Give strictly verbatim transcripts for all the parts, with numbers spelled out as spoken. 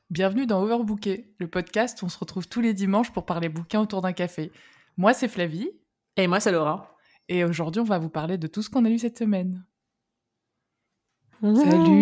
Bienvenue dans Overbooké, le podcast où on se retrouve tous les dimanches pour parler bouquins autour d'un café. Moi, c'est Flavie. Et moi, c'est Laura. Et aujourd'hui, on va vous parler de tout ce qu'on a lu cette semaine. Mmh. Salut.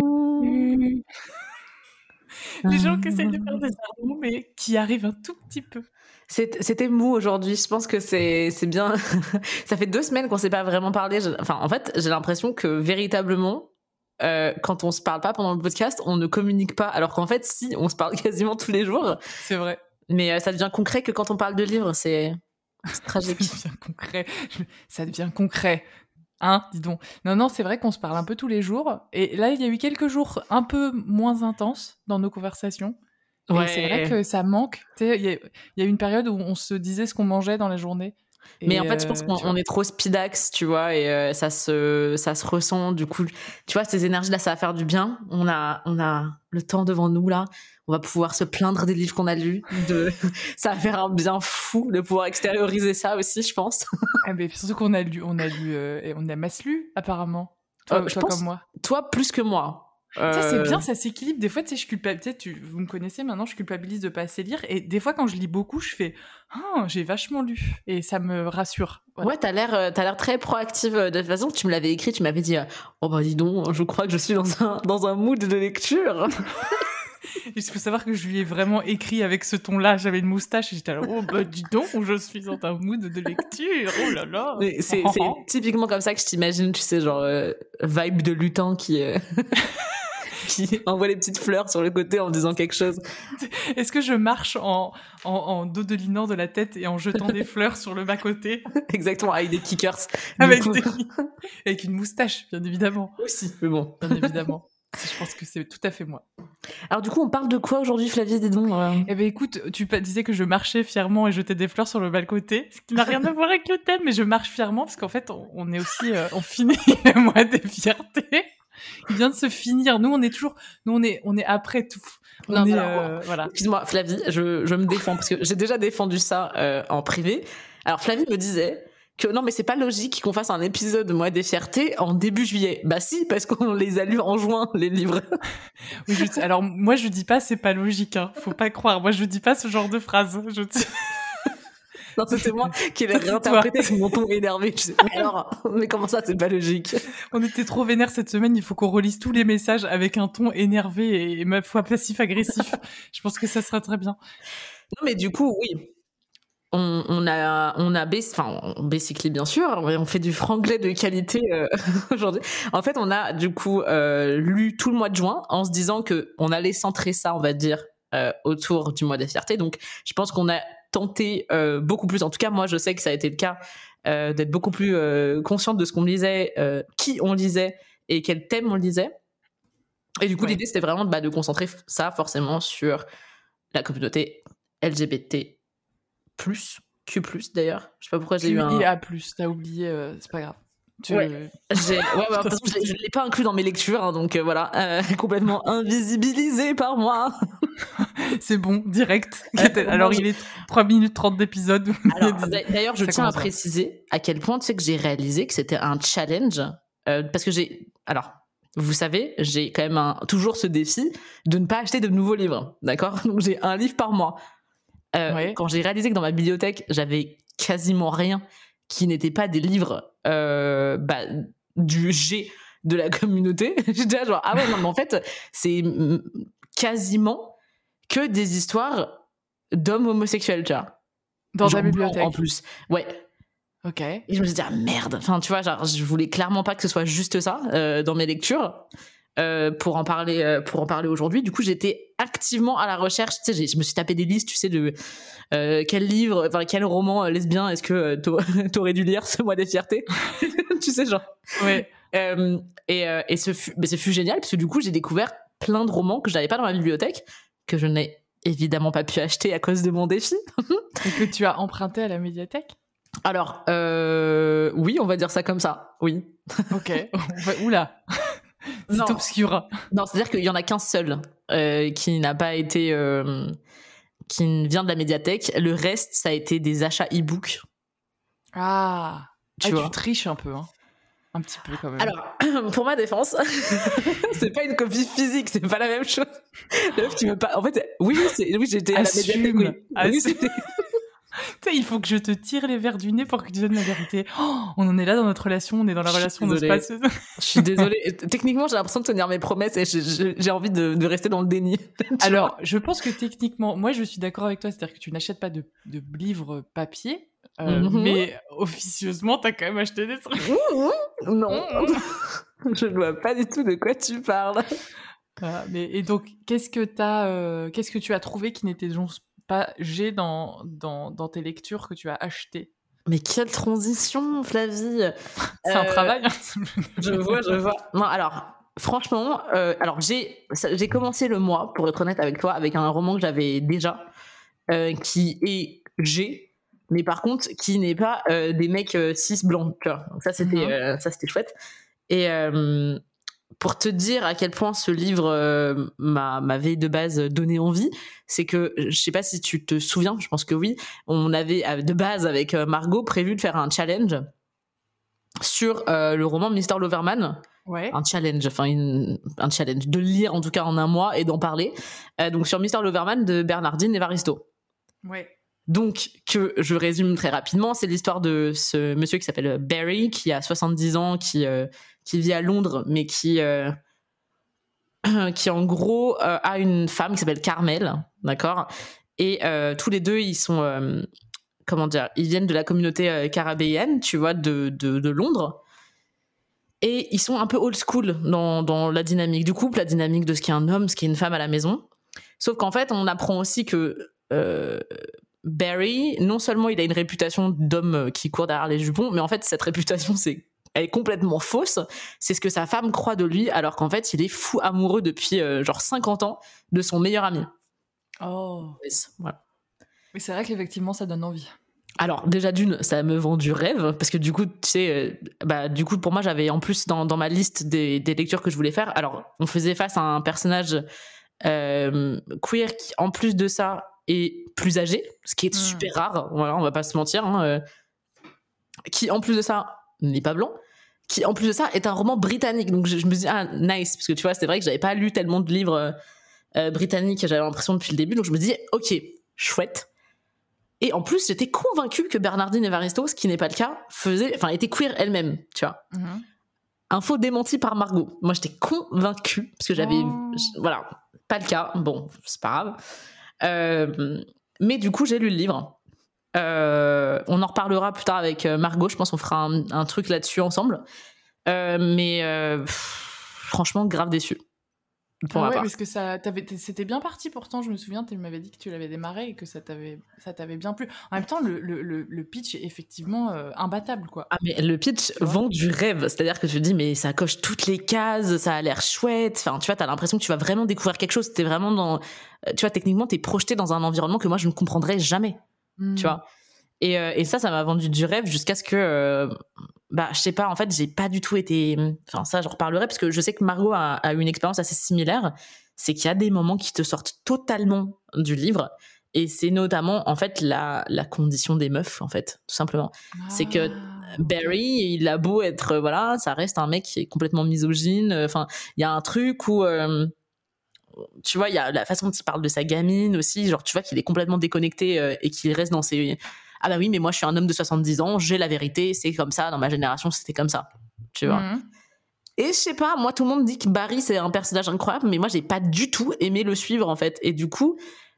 Les gens qui essayent de faire des armes, mais qui arrivent un tout petit peu. C'est, c'était mou aujourd'hui. Je pense que c'est, c'est bien. Ça fait deux semaines qu'on ne s'est pas vraiment parlé. Je- Enfin, en fait, j'ai l'impression que véritablement, euh, quand on se parle pas pendant le podcast, on ne communique pas. Alors qu'en fait, si, on se parle quasiment tous les jours. C'est vrai. Mais euh, ça devient concret que quand on parle de livres. C'est, c'est tragique. Ça devient concret. Ça devient concret. Hein, dis donc. Non, non, c'est vrai qu'on se parle un peu tous les jours. Et là, il y a eu quelques jours un peu moins intenses dans nos conversations. Et Ouais. c'est vrai que ça manque. Tu sais, il y, a- il y a eu une période où on se disait ce qu'on mangeait dans la journée. Et Mais en fait, je pense euh, qu'on tu vois. on est trop speedax, tu vois, et euh, ça se, ça se ressent. Du coup, tu vois, ces énergies-là, ça va faire du bien. On a, on a le temps devant nous là. On va pouvoir se plaindre des livres qu'on a lus. De, ça va faire un bien fou de pouvoir extérioriser ça aussi, je pense. Ah, mais surtout qu'on a lu, on a lu, euh, et on a masse lu, apparemment. Toi, Euh, je toi pense, comme moi. toi plus que moi. Tu sais, c'est Euh, bien, ça s'équilibre. Des fois, tu sais, je culpabilise. Tu, vous me connaissez maintenant, je culpabilise de pas assez lire. Et des fois, quand je lis beaucoup, je fais ah, j'ai vachement lu. Et ça me rassure. Voilà. Ouais, t'as l'air, euh, t'as l'air très proactive. euh, De toute façon, tu me l'avais écrit, tu m'avais dit, euh, oh bah dis donc, je crois que je suis dans un, dans un mood de lecture. Il faut savoir que je lui ai vraiment écrit avec ce ton-là. J'avais une moustache et j'étais là, oh bah dis donc, je suis dans un mood de lecture. Oh là là. Mais c'est, c'est typiquement comme ça que je t'imagine, tu sais, genre euh, vibe de lutin qui, euh, qui envoie les petites fleurs sur le côté en disant quelque chose. Est-ce que je marche en, en, en dodelinant de la tête et en jetant des fleurs sur le bas-côté Exactement, avec des kickers. avec, Du coup, des... avec une moustache, bien évidemment. aussi, mais bon. Bien évidemment. Je pense que c'est tout à fait moi. Alors du coup, on parle de quoi aujourd'hui, Flavie, dis donc euh... Eh ben écoute, tu pa- disais que je marchais fièrement et jetais des fleurs sur le bas-côté, ce qui n'a rien à voir avec le thème, mais je marche fièrement parce qu'en fait, on, on est aussi, euh, on finit le mois des fiertés. Il vient de se finir. Nous, on est toujours, nous, on est, on est après tout. On Non, est, non, euh, voilà. Excuse-moi, Flavie, je, je me défends parce que j'ai déjà défendu ça euh, en privé. Alors Flavie me disait que non, mais c'est pas logique qu'on fasse un épisode de Mois des Fiertés en début juillet. Bah si, parce qu'on les a lus en juin, les livres. Oui, je- alors moi, je dis pas, c'est pas logique. Hein. Faut pas croire. Moi, je dis pas ce genre de phrase. Je... Non, c'était moi qui l'ai Ça, c'est réinterprété avec mon ton énervé. Je sais, mais alors, mais comment ça, c'est pas logique? On était trop vénère cette semaine. Il faut qu'on relise tous les messages avec un ton énervé et ma foi passif-agressif. Je pense que ça sera très bien. Non, mais du coup, oui. On, on a, on a baissé, enfin, on basically bien sûr, on fait du franglais de qualité euh, aujourd'hui. En fait, on a du coup euh, lu tout le mois de juin en se disant que on allait centrer ça, on va dire, euh, autour du mois des fiertés. Donc, je pense qu'on a tenté euh, beaucoup plus. En tout cas, moi, je sais que ça a été le cas euh, d'être beaucoup plus euh, consciente de ce qu'on lisait, euh, qui on lisait et quel thème on lisait. Et du coup, Ouais. l'idée c'était vraiment bah, de concentrer ça forcément sur la communauté L G B T plus, Q plus d'ailleurs. Je sais pas pourquoi j'ai eu un... Q I A plus, t'as oublié, euh, c'est pas grave. Tu... Ouais. J'ai... Ouais, ouais, de toute façon, je l'ai- je l'ai pas inclus dans mes lectures, hein, donc euh, voilà, euh, complètement invisibilisé par moi. C'est bon, direct. Euh, Alors, moi, il est trois minutes trente d'épisode. Alors, d'a- d'ailleurs, je Ça tiens à commence bien. préciser à quel point tu sais que j'ai réalisé que c'était un challenge, euh, parce que j'ai... Alors, vous savez, j'ai quand même un... toujours ce défi de ne pas acheter de nouveaux livres, d'accord? Donc j'ai un livre par mois. Euh, Ouais. Quand j'ai réalisé que dans ma bibliothèque, j'avais quasiment rien qui n'était pas des livres euh, bah, du G de la communauté, j'étais là genre, ah ouais, non, mais en fait, c'est mm, quasiment que des histoires d'hommes homosexuels, tu vois. Dans Genre ta bibliothèque. blancs, en plus. Ouais. Ok. Et je me suis dit, ah merde. Enfin, tu vois, genre, je voulais clairement pas que ce soit juste ça euh, dans mes lectures. Euh, pour en parler euh, pour en parler aujourd'hui. Du coup, j'étais activement à la recherche. Tu sais, j'ai- je me suis tapé des listes, tu sais, de euh, quel livre, enfin quel roman euh, lesbien est-ce que euh, t'au- t'aurais dû lire ce mois des fiertés. Tu sais, genre. Ouais. Euh, et euh, et ce fut, mais ce fut génial parce que du coup, j'ai découvert plein de romans que je n'avais pas dans ma bibliothèque, que je n'ai évidemment pas pu acheter à cause de mon défi. Et que tu as emprunté à la médiathèque. Alors, euh, oui, on va dire ça comme ça. Oui. Ok. Oula. C'est Non. obscur. Non, c'est-à-dire qu'il y en a qu'un seul euh, qui n'a pas été, euh, qui vient de la médiathèque. Le reste, ça a été des achats e-book. Ah. Tu Ah, vois. tu triches un peu. Hein. Un petit peu quand même. Alors, pour ma défense, c'est pas une copie physique, c'est pas la même chose. Meuf, tu veux pas. En fait, oui, c'est... oui j'étais à la médiathèque. Oui, oui c'était. Il faut que je te tire les verres du nez pour que tu donnes la vérité. Oh, on en est là dans notre relation, on est dans la relation, on n'ose pas se... Je suis désolée. Techniquement, j'ai l'impression de tenir mes promesses et j'ai, j'ai envie de, de rester dans le déni. Alors, je pense que techniquement, moi, je suis d'accord avec toi, c'est-à-dire que tu n'achètes pas de, de livres papier, euh, mm-hmm. mais officieusement, t'as quand même acheté des trucs. Mmh, non, mmh. Je ne vois pas du tout de quoi tu parles. Voilà, mais, et donc, qu'est-ce que, t'as, euh, qu'est-ce que tu as trouvé qui n'était donc pas G dans, dans, dans tes lectures que tu as achetées? Mais quelle transition, Flavie. C'est euh, un travail. Je vois, je vois. Non, alors, franchement, euh, alors j'ai, j'ai commencé le mois, pour être honnête avec toi, avec un roman que j'avais déjà, euh, qui est G, mais par contre, qui n'est pas euh, des mecs euh, cis blancs, tu vois. Donc ça, c'était, mm-hmm. euh, ça, c'était chouette. Et euh, pour te dire à quel point ce livre euh, m'a, m'avait de base donné envie, c'est que, je sais pas si tu te souviens, je pense que oui, on avait de base avec Margot prévu de faire un challenge sur euh, le roman mister Loverman. Ouais. Un challenge, enfin une, un challenge, de le lire en tout cas en un mois et d'en parler. Euh, donc sur mister Loverman de Bernardine Evaristo. Ouais. Donc, que je résume très rapidement, c'est l'histoire de ce monsieur qui s'appelle Barry, qui a soixante-dix ans, qui, euh, qui vit à Londres, mais qui, euh, qui en gros euh, a une femme qui s'appelle Carmel, d'accord ? Et euh, tous les deux, ils sont, euh, comment dire, ils viennent de la communauté euh, caribéenne, tu vois, de, de, de Londres. Et ils sont un peu old school dans, dans la dynamique du couple, la dynamique de ce qu'est un homme, ce qu'est une femme à la maison. Sauf qu'en fait, on apprend aussi que euh, Barry, non seulement il a une réputation d'homme qui court derrière les jupons, mais en fait, cette réputation, c'est, elle est complètement fausse. C'est ce que sa femme croit de lui, alors qu'en fait, il est fou amoureux depuis euh, genre cinquante ans de son meilleur ami. Oh. Voilà. Mais c'est vrai qu'effectivement, ça donne envie. Alors, déjà d'une, ça me vend du rêve, parce que du coup, tu sais, euh, bah, du coup, pour moi, j'avais en plus dans, dans ma liste des, des lectures que je voulais faire. Alors, on faisait face à un personnage euh, queer qui, en plus de ça, est plus âgé, ce qui est mmh. super rare, voilà, on va pas se mentir, hein, euh, qui, en plus de ça, n'est pas blanc, qui, en plus de ça, est un roman britannique. Donc, je, je me dis, ah, nice, parce que tu vois, c'est vrai que j'avais pas lu tellement de livres euh, britanniques, j'avais l'impression depuis le début, donc je me dis, ok, chouette. Et en plus, j'étais convaincue que Bernardine Evaristo, ce qui n'est pas le cas, faisait, enfin, était queer elle-même, tu vois. Mm-hmm. Info démentie par Margot. Moi, j'étais convaincue, parce que j'avais... Oh. Je, voilà, pas le cas. Bon, c'est pas grave. Euh, mais du coup, j'ai lu le livre. Euh, on en reparlera plus tard avec Margot. Je pense qu'on fera un, un truc là-dessus ensemble. Euh, mais euh, pff, franchement, grave déçue. Ah ouais, parce que ça, c'était bien parti pourtant, je me souviens, tu m'avais dit que tu l'avais démarré et que ça t'avait, ça t'avait bien plu. En même temps, le, le, le pitch est effectivement euh, imbattable, quoi. Ah, mais le pitch vend du rêve, c'est-à-dire que tu te dis, mais ça coche toutes les cases, ça a l'air chouette, enfin, tu vois, t'as l'impression que tu vas vraiment découvrir quelque chose, t'es vraiment dans, tu vois, techniquement, t'es projeté dans un environnement que moi, je ne comprendrais jamais, mmh. tu vois. Et, euh, et ça, ça m'a vendu du rêve jusqu'à ce que, euh, bah, je sais pas, en fait, j'ai pas du tout été, enfin, ça, j'en reparlerai parce que je sais que Margot a, a eu une expérience assez similaire. C'est qu'il y a des moments qui te sortent totalement du livre. Et c'est notamment, en fait, la, la condition des meufs, en fait, tout simplement. Ah, c'est que Barry, il a beau être, voilà, ça reste un mec qui est complètement misogyne. Enfin, il y a un truc où, euh, tu vois, il y a la façon dont il parle de sa gamine aussi. Genre, tu vois qu'il est complètement déconnecté euh, et qu'il reste dans ses... Ah bah oui, mais moi je suis un homme de soixante-dix ans, j'ai la vérité, c'est comme ça, dans ma génération c'était comme ça, tu vois. Mmh. Et je sais pas, moi tout le monde dit que Barry c'est un personnage incroyable, mais moi j'ai pas du tout aimé le suivre en fait. Et du coup,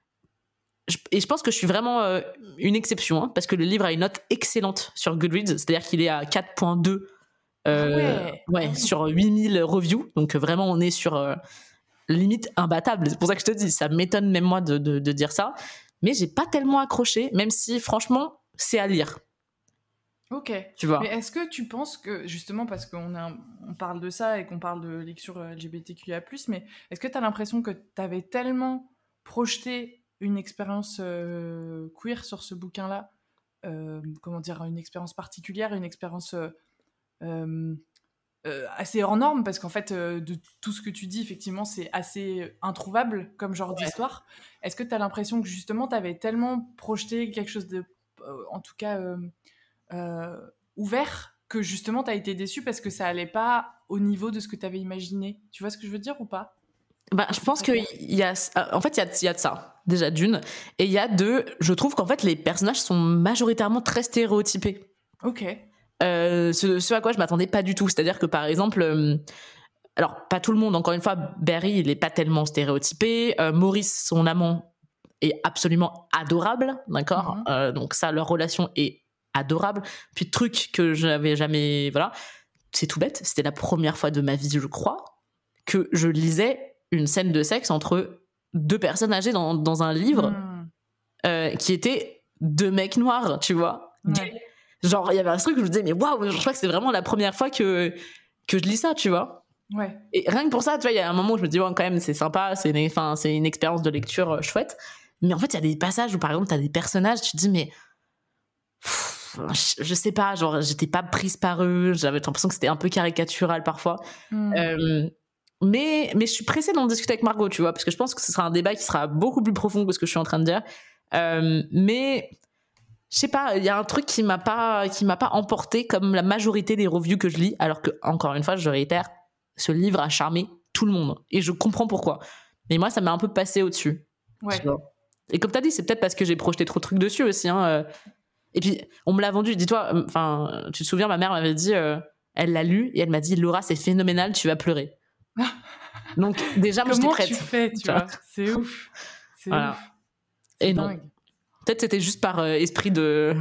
je, et je pense que je suis vraiment euh, une exception, hein, parce que le livre a une note excellente sur Goodreads, c'est-à-dire qu'il est à quatre virgule deux euh, ouais. Ouais, sur huit mille reviews, donc vraiment on est sur euh, limite imbattable. C'est pour ça que je te dis, ça m'étonne même moi de, de, de dire ça. Mais j'ai pas tellement accroché, même si franchement c'est à lire. Ok. Tu vois. Mais est-ce que tu penses que justement parce qu'on a, on parle de ça et qu'on parle de lecture L G B T Q I A plus, mais est-ce que t'as l'impression que t'avais tellement projeté une expérience euh, queer sur ce bouquin-là, euh, comment dire, une expérience particulière, une expérience euh, euh, Euh, assez hors norme, parce qu'en fait, euh, de tout ce que tu dis, effectivement, c'est assez introuvable comme genre ouais. d'histoire. Est-ce que tu as l'impression que justement, tu avais tellement projeté quelque chose de, euh, en tout cas, euh, euh, ouvert, que justement t'as été déçue parce que ça allait pas au niveau de ce que t'avais imaginé. Tu vois ce que je veux dire ou pas? Bah, je pense qu'il y a, en fait, il y a, il y a de ça, déjà d'une, et il y a deux, je trouve qu'en fait, les personnages sont majoritairement très stéréotypés. Ok. Euh, ce, ce à quoi je m'attendais pas du tout. C'est-à-dire que, par exemple, euh, alors, pas tout le monde, encore une fois, Barry, il est pas tellement stéréotypé, euh, Maurice, son amant, est absolument adorable, d'accord? Mm-hmm. euh, donc ça, leur relation est adorable. Puis, truc que je n'avais jamais, voilà, c'est tout bête, c'était la première fois de ma vie, je crois, que je lisais une scène de sexe entre deux personnes âgées dans, dans un livre mmh. euh, qui était deux mecs noirs, tu vois. Ouais. Genre, il y avait un truc où je me disais, mais waouh, je crois que c'est vraiment la première fois que, que je lis ça, tu vois. Ouais. Et rien que pour ça, tu vois, il y a un moment où je me dis, ouais, quand même, c'est sympa, c'est une, enfin, c'est une expérience de lecture euh, chouette. Mais en fait, il y a des passages où, par exemple, t'as des personnages, tu te dis, mais pff, je, je sais pas, genre, j'étais pas prise par eux, j'avais l'impression que c'était un peu caricatural parfois. Mmh. Euh, Mais, mais je suis pressée d'en discuter avec Margot, tu vois, parce que je pense que ce sera un débat qui sera beaucoup plus profond que ce que je suis en train de dire. Euh, mais je sais pas, il y a un truc qui m'a pas, qui m'a pas emporté comme la majorité des reviews que je lis, alors que, encore une fois, je réitère, ce livre a charmé tout le monde. Et je comprends pourquoi. Mais moi, ça m'a un peu passé au-dessus. Ouais. Et comme t'as dit, c'est peut-être parce que j'ai projeté trop de trucs dessus aussi. Hein. Et puis, on me l'a vendu. Dis-toi, enfin, tu te souviens, ma mère m'avait dit, euh, elle l'a lu, et elle m'a dit, Laura, c'est phénoménal, tu vas pleurer. Donc déjà moi j'étais prête. Comment tu fais, tu vois, c'est ouf, c'est voilà. ouf. C'est et dingue. non, peut-être c'était juste par euh, esprit de.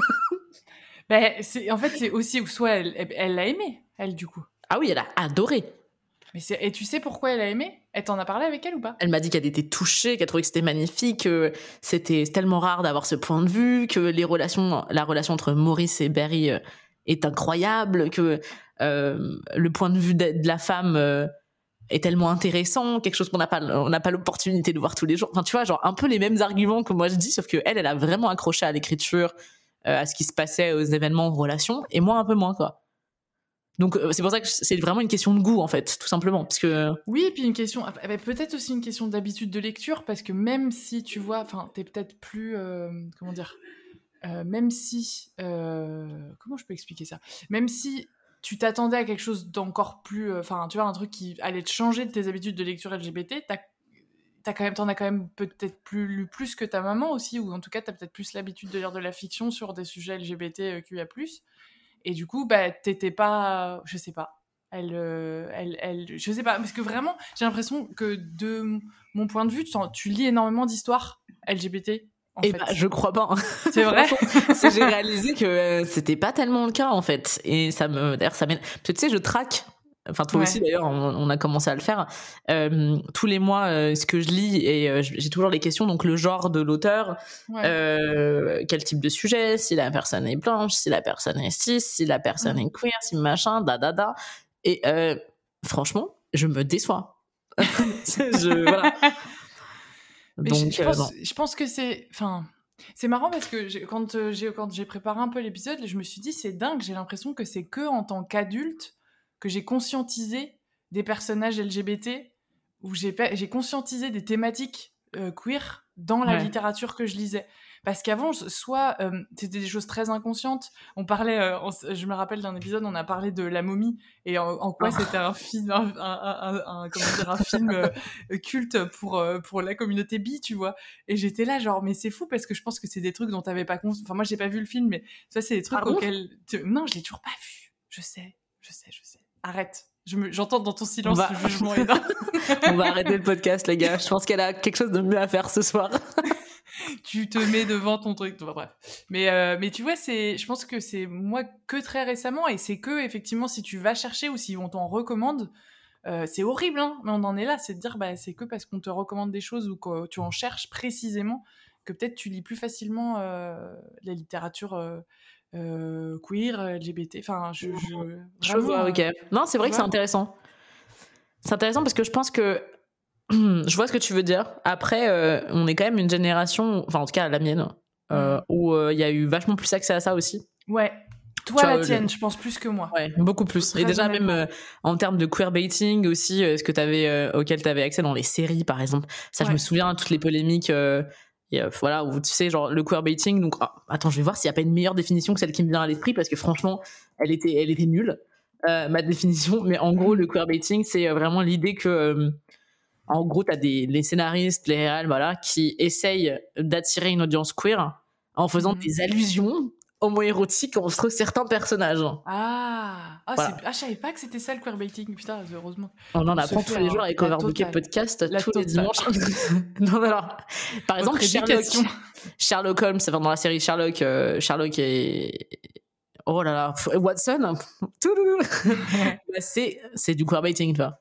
Ben c'est en fait c'est aussi soit elle elle l'a aimé elle du coup. Ah oui, elle a adoré. Mais c'est et tu sais pourquoi elle a aimé? Elle t'en a parlé avec elle ou pas? Elle m'a dit qu'elle était touchée, qu'elle trouvait que c'était magnifique, que c'était tellement rare d'avoir ce point de vue, que les relations, la relation entre Maurice et Barry euh, est incroyable, que euh, le point de vue de, de la femme euh, est tellement intéressant, quelque chose qu'on n'a pas, on n'a pas l'opportunité de voir tous les jours. Enfin, tu vois, genre un peu les mêmes arguments que moi je dis, sauf que elle, elle a vraiment accroché à l'écriture, euh, à ce qui se passait, aux événements, aux relations, et moi un peu moins, quoi. Donc euh, c'est pour ça que c'est vraiment une question de goût en fait, tout simplement, parce que oui, et puis une question, peut-être aussi une question d'habitude de lecture, parce que même si tu vois, enfin, t'es peut-être plus, euh, comment dire, euh, même si, euh, comment je peux expliquer ça, même si tu t'attendais à quelque chose d'encore plus, enfin, euh, tu vois, un truc qui allait te changer de tes habitudes de lecture L G B T, t'as, t'as quand même, t'en as quand même peut-être plus lu plus que ta maman aussi, ou en tout cas t'as peut-être plus l'habitude de lire de la fiction sur des sujets L G B T Q I A plus. Et du coup, bah, t'étais pas, je sais pas, elle, euh, elle, elle, je sais pas, parce que vraiment, j'ai l'impression que de mon point de vue, tu, tu lis énormément d'histoires L G B T. En et fait. bah, je crois pas. C'est vrai. J'ai réalisé que euh, c'était pas tellement le cas en fait, et ça me, d'ailleurs, ça m'énerve. Parce que tu sais, je traque. Enfin, toi ouais. aussi, d'ailleurs, on, on a commencé à le faire. Euh, tous les mois, euh, ce que je lis, et euh, j'ai toujours les questions, donc le genre de l'auteur, ouais. euh, quel type de sujet, si la personne est blanche, si la personne est cis, si la personne mmh. est queer, si machin, da da da. Et euh, franchement, je me déçois. je, voilà. Mais donc, je, je, pense, euh, je pense que c'est... Enfin, c'est marrant parce que j'ai, quand, euh, j'ai, quand j'ai préparé un peu l'épisode, je me suis dit, c'est dingue, j'ai l'impression que c'est que en tant qu'adulte que j'ai conscientisé des personnages L G B T, où j'ai, j'ai conscientisé des thématiques euh, queer dans la ouais. littérature que je lisais. Parce qu'avant, soit euh, c'était des choses très inconscientes. On parlait, euh, on, je me rappelle d'un épisode, on a parlé de La Momie et en, en quoi oh. c'était un film, un, un, un, un, comment dire, un film euh, culte pour euh, pour la communauté bi, tu vois. Et j'étais là, genre, mais c'est fou parce que je pense que c'est des trucs dont t'avais pas conscience. Enfin, moi, j'ai pas vu le film, mais ça, c'est des trucs Pardon auxquels tu... non, je l'ai toujours pas vu. Je sais, je sais, je sais. Arrête. Je me, j'entends dans ton silence va... le jugement énorme. On va arrêter le podcast, les gars. Je pense qu'elle a quelque chose de mieux à faire ce soir. Tu te mets devant ton truc. Enfin, bref. Mais, euh, mais tu vois, c'est, je pense que c'est moi que très récemment, et c'est que, effectivement, si tu vas chercher ou si on t'en recommande, euh, c'est horrible, hein, mais on en est là, c'est de dire, bah, c'est que parce qu'on te recommande des choses ou que tu en cherches précisément que peut-être tu lis plus facilement euh, la littérature euh, euh, queer, L G B T. Enfin, je. Je, vraiment, je vois, ok. Non, c'est vrai que c'est intéressant. C'est intéressant parce que je pense que. Je vois ce que tu veux dire. Après, euh, on est quand même une génération, enfin en tout cas la mienne, euh, mmh. où il euh, y a eu vachement plus accès à ça aussi. Ouais. Toi, la tienne, le... je pense plus que moi. Ouais, beaucoup plus. Très Et déjà même euh, en termes de queerbaiting aussi, euh, ce que t'avais, euh, auquel tu avais accès dans les séries, par exemple. Ça, ouais. Je me souviens toutes les polémiques. Il euh, Et euh, voilà, où tu sais, genre le queerbaiting. Donc, ah, attends, je vais voir s'il n'y a pas une meilleure définition que celle qui me vient à l'esprit, parce que franchement, elle était, elle était nulle, euh, ma définition. Mais en gros, le queerbaiting, c'est vraiment l'idée que, euh, en gros, t'as des les scénaristes, les réals, voilà, qui essayent d'attirer une audience queer en faisant mm-hmm. des allusions homoérotiques entre certains personnages. Ah, ah, voilà. ah je savais pas que c'était ça le queerbaiting. Putain, heureusement. On en apprend tous les jours avec Overbooké Podcast, la tous totale. Les dimanches. Non, alors, par Votre exemple, Sherlock, Sherlock Holmes, enfin, dans la série Sherlock, euh, Sherlock et oh là là, Watson, bah, c'est c'est du queerbaiting, tu vois.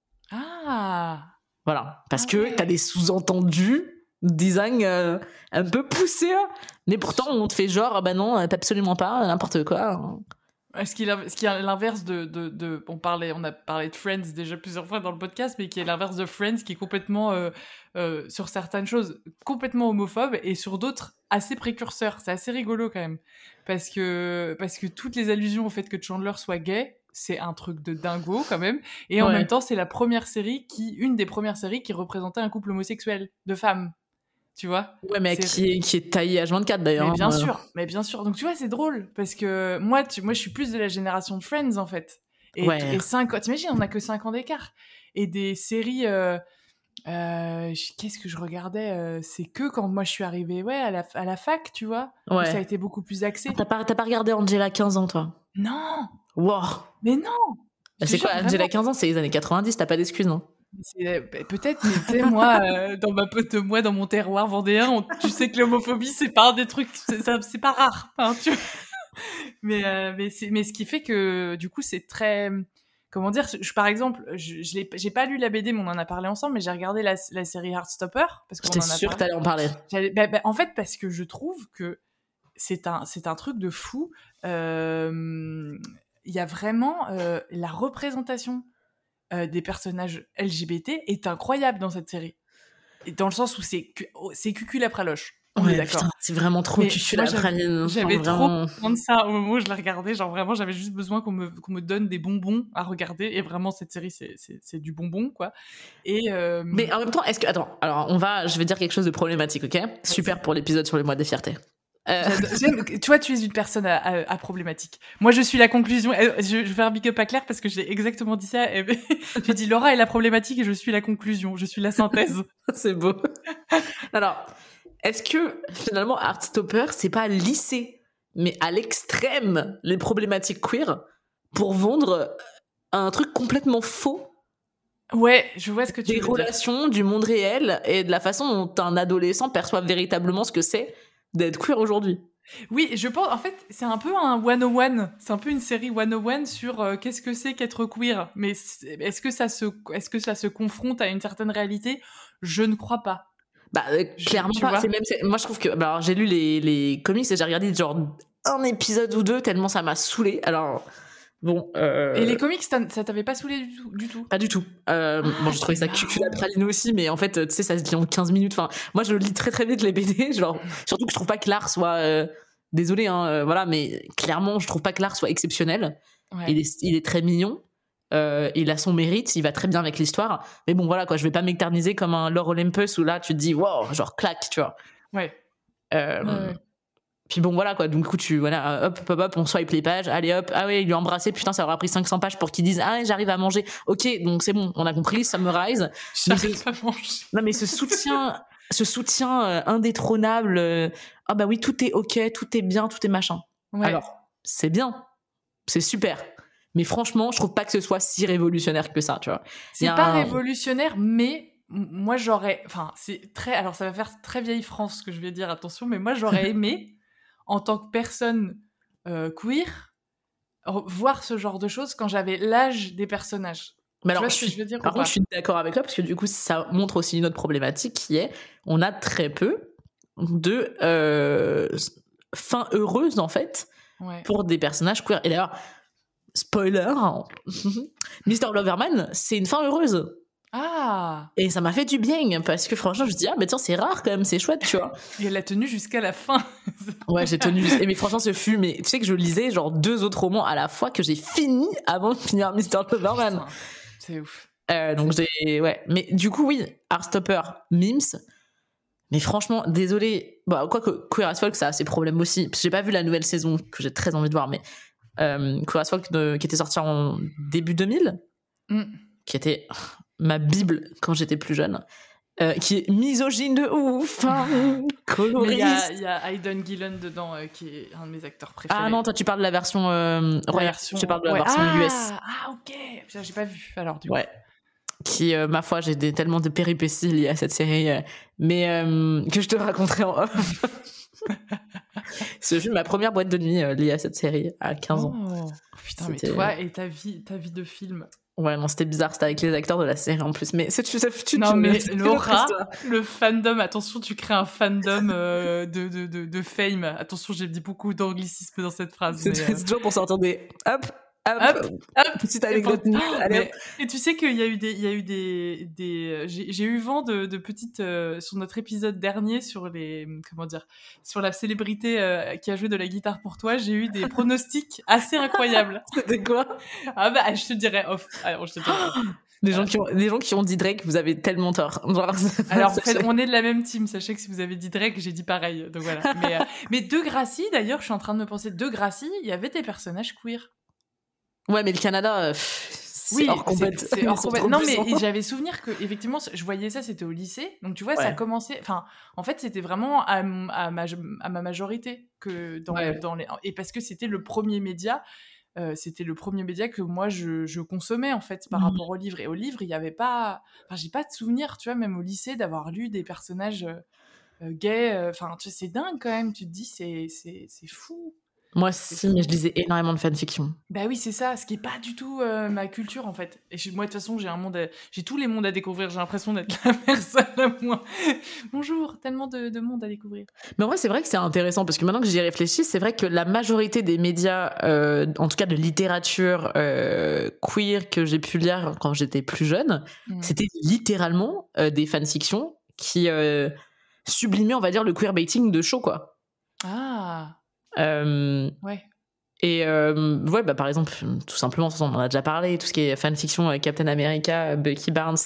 Ah. Voilà, parce ah que ouais. t'as des sous-entendus, design euh, un peu poussé, hein. Mais pourtant on te fait genre, bah non, absolument pas, n'importe quoi. Ce qui est, ce qui est l'inverse de, de, de on, parlait, on a parlé de Friends déjà plusieurs fois dans le podcast, mais qui est l'inverse de Friends, qui est complètement, euh, euh, sur certaines choses, complètement homophobe, et sur d'autres, assez précurseur. C'est assez rigolo quand même. Parce que, parce que toutes les allusions au fait que Chandler soit gay, c'est un truc de dingo quand même. Et en ouais. même temps, c'est la première série qui, une des premières séries qui représentait un couple homosexuel de femmes. Tu vois ? Ouais, mais c'est... Qui, est, qui est taillé H vingt-quatre d'ailleurs. Mais bien hein, sûr, euh... mais bien sûr. Donc tu vois, c'est drôle parce que moi, tu, moi, je suis plus de la génération de Friends en fait. Et, ouais. et cinq, t'imagines, on a que cinq ans d'écart. Et des séries, euh, euh, qu'est-ce que je regardais euh, c'est que quand moi je suis arrivée, ouais, à la, à la fac, tu vois. Ouais. Ça a été beaucoup plus axé. T'as pas, t'as pas regardé Angela quinze ans, toi ? Non. Wow. Mais non. Bah, c'est quoi, Angela vraiment... quinze ans, c'est les années quatre-vingt-dix, t'as pas d'excuses, non ? C'est, peut-être, mais tu sais, moi, euh, dans ma pote, moi, dans mon terroir vendéen, on, tu sais que l'homophobie, c'est pas un des trucs, c'est, ça, c'est pas rare, hein, tu vois. Mais, euh, mais, c'est, mais ce qui fait que, du coup, c'est très, comment dire, je, par exemple, je, je l'ai, j'ai pas lu la B D, mais on en a parlé ensemble, mais j'ai regardé la, la série Heartstopper. Parce qu'on J'étais en a sûre que t'allais en parler. Bah, bah, en fait, parce que je trouve que c'est un, c'est un truc de fou. Il euh, y a vraiment euh, la représentation Euh, des personnages L G B T est incroyable dans cette série. Et dans le sens où c'est, c'est cuculapraloche. On ouais, est d'accord. Putain, c'est vraiment trop cuculapraline. J'avais, j'avais vraiment... trop besoin de ça au moment où je la regardais. Genre vraiment, j'avais juste besoin qu'on me, qu'on me donne des bonbons à regarder. Et vraiment, cette série, c'est, c'est, c'est du bonbon, quoi. Et euh... Mais en même temps, est-ce que... Attends, alors on va... Je vais dire quelque chose de problématique, ok ? Super pour l'épisode sur le mois des fiertés. Euh... Tu vois, tu es une personne à, à, à problématique. Moi, je suis la conclusion. Je, je vais faire un big up à Claire parce que j'ai exactement dit ça. Et j'ai dit Laura est la problématique et je suis la conclusion. Je suis la synthèse. C'est beau. Alors, est-ce que finalement Heartstopper, c'est pas lisser, mais à l'extrême, les problématiques queer pour vendre un truc complètement faux? Ouais, je vois ce que tu des veux dire. Des relations, du monde réel et de la façon dont un adolescent perçoit véritablement ce que c'est d'être queer aujourd'hui. Oui, je pense, en fait, c'est un peu un one oh one, c'est un peu une série one oh one sur euh, qu'est-ce que c'est qu'être queer, mais est-ce que ça se, est-ce que ça se confronte à une certaine réalité ? Je ne crois pas. Bah, euh, clairement je, pas, c'est même, c'est, moi je trouve que, bah, alors j'ai lu les, les comics et j'ai regardé genre un épisode ou deux tellement ça m'a saoulé, alors... Bon, euh... Et les comics, ça t'avait pas saoulé du tout, du tout Pas du tout. Euh, ah, bon, je trouvais ça cuculapraline aussi, mais en fait, tu sais, ça se lit en quinze minutes. Enfin, moi, je lis très très vite les B D, genre, surtout que je trouve pas que l'art soit... Euh... Désolé, hein, euh, voilà, mais clairement, je trouve pas que l'art soit exceptionnel. Ouais. Il, est, il est très mignon, euh, il a son mérite, il va très bien avec l'histoire. Mais bon, voilà, quoi, je vais pas m'éterniser comme un Lore Olympus où là, tu te dis, wow, genre, claque, tu vois. Ouais. Euh... ouais. Puis bon, voilà quoi, donc du coup, tu, voilà, hop, hop, hop, on swipe les pages, allez hop, ah ouais, il lui a embrassé, putain, ça aura pris cinq cents pages pour qu'ils disent, ah ouais, j'arrive à manger, ok, donc c'est bon, on a compris, summarize. J'arrive à manger. Non, mais ce soutien, ce soutien euh, indétrônable, euh, ah bah oui, tout est ok, tout est bien, tout est machin. Ouais. Alors, c'est bien, c'est super, mais franchement, je trouve pas que ce soit si révolutionnaire que ça, tu vois. C'est pas un... révolutionnaire, mais moi j'aurais, enfin, c'est très, alors ça va faire très vieille France ce que je vais dire, attention, mais moi j'aurais aimé. En tant que personne euh, queer, voir ce genre de choses quand j'avais l'âge des personnages. Mais alors, tu vois je ce que suis, je veux dire par contre, je suis d'accord avec toi, parce que du coup, ça montre aussi une autre problématique qui est, on a très peu de euh, fins heureuses, en fait, ouais. pour des personnages queer. Et d'ailleurs, spoiler, mister Loverman, c'est une fin heureuse. Ah. Et ça m'a fait du bien, parce que franchement, je me dis, ah, mais tiens, c'est rare quand même, c'est chouette, tu vois. Et elle a tenu jusqu'à la fin. Ouais, j'ai tenu. Et mais franchement, ce fut, mais tu sais que je lisais genre deux autres romans à la fois que j'ai fini avant de finir mister Loverman. C'est ouf. Euh, donc c'est j'ai, ouais. Mais du coup, oui, Heartstopper, Mims. Mais franchement, désolé. Bah, quoique Queer as Folk, ça a ses problèmes aussi. Parce que j'ai pas vu la nouvelle saison que j'ai très envie de voir, mais euh, Queer as Folk de, qui était sortie en début deux mille, mm. qui était ma bible quand j'étais plus jeune, euh, qui est misogyne de ouf, hein, coloriste. Mais il y a, y a Aidan Gillen dedans, euh, qui est un de mes acteurs préférés. Ah non, toi tu parles de la version euh, la ouais, version, je parle de la ouais. version ah, U S. Ah ok, j'ai pas vu alors du ouais. coup. Qui, euh, ma foi, j'ai des, tellement de péripéties liées à cette série, euh, mais euh, que je te raconterai en off. J'ai vu ma première boîte de nuit euh, liée à cette série à quinze ans. Oh, putain, c'était... mais toi et ta vie, ta vie de film. Ouais, non, c'était bizarre, c'était avec les acteurs de la série en plus. Mais c'est tu, tu, non, tu, mais tu, Laura, le fandom, attention, tu crées un fandom euh, de, de, de, de fame. Attention, j'ai dit beaucoup d'anglicisme dans cette phrase. C'est, mais, c'est euh... toujours pour sortir des hop. Hop, hop, hop. Petite anecdote et, nulle, allez, mais, et tu sais qu'il y a eu des, il y a eu des, des, j'ai, j'ai eu vent de, de petites euh, sur notre épisode dernier sur les, comment dire, sur la célébrité euh, qui a joué de la guitare pour toi. J'ai eu des pronostics assez incroyables. C'était quoi? Ah bah, je te dirais off. Alors, je te dirais off. Des gens, qui ont, des gens qui ont dit Drake, vous avez tellement tort. Genre, alors, en fait, on est de la même team. Sachez que si vous avez dit Drake, j'ai dit pareil. Donc voilà. Mais, euh, mais Degrassi, d'ailleurs, je suis en train de me penser, Degrassi, il y avait des personnages queer. Ouais, mais le Canada, c'est oui, hors compète. C'est, c'est hors compète. Non, mais j'avais souvenir que, effectivement, je voyais ça, c'était au lycée. Donc, tu vois, ouais. ça commençait. Enfin, en fait, c'était vraiment à, à, ma, à ma majorité que dans, ouais. dans les. Et parce que c'était le premier média. Euh, c'était le premier média que moi je, je consommais en fait par mmh. rapport au livre, et au livre il y avait pas, enfin j'ai pas de souvenir, tu vois, même au lycée d'avoir lu des personnages euh, euh, gays, enfin euh, tu sais, c'est dingue quand même, tu te dis c'est c'est c'est fou. Moi si, mais je lisais énormément de fanfiction. Bah oui, c'est ça, ce qui est pas du tout euh, ma culture en fait. Et je, moi de toute façon, j'ai un monde, à, j'ai tous les mondes à découvrir. J'ai l'impression d'être la personne à moi. Bonjour, tellement de, de monde à découvrir. Mais en vrai, c'est vrai que c'est intéressant parce que maintenant que j'y réfléchis, c'est vrai que la majorité des médias, euh, en tout cas de littérature euh, queer que j'ai pu lire quand j'étais plus jeune, mmh. c'était littéralement euh, des fanfictions qui euh, sublimaient, on va dire, le queerbaiting de show, quoi. Ah. Euh, ouais. Et euh, ouais, bah par exemple, tout simplement, on en a déjà parlé, tout ce qui est fanfiction, euh, Captain America, Bucky Barnes,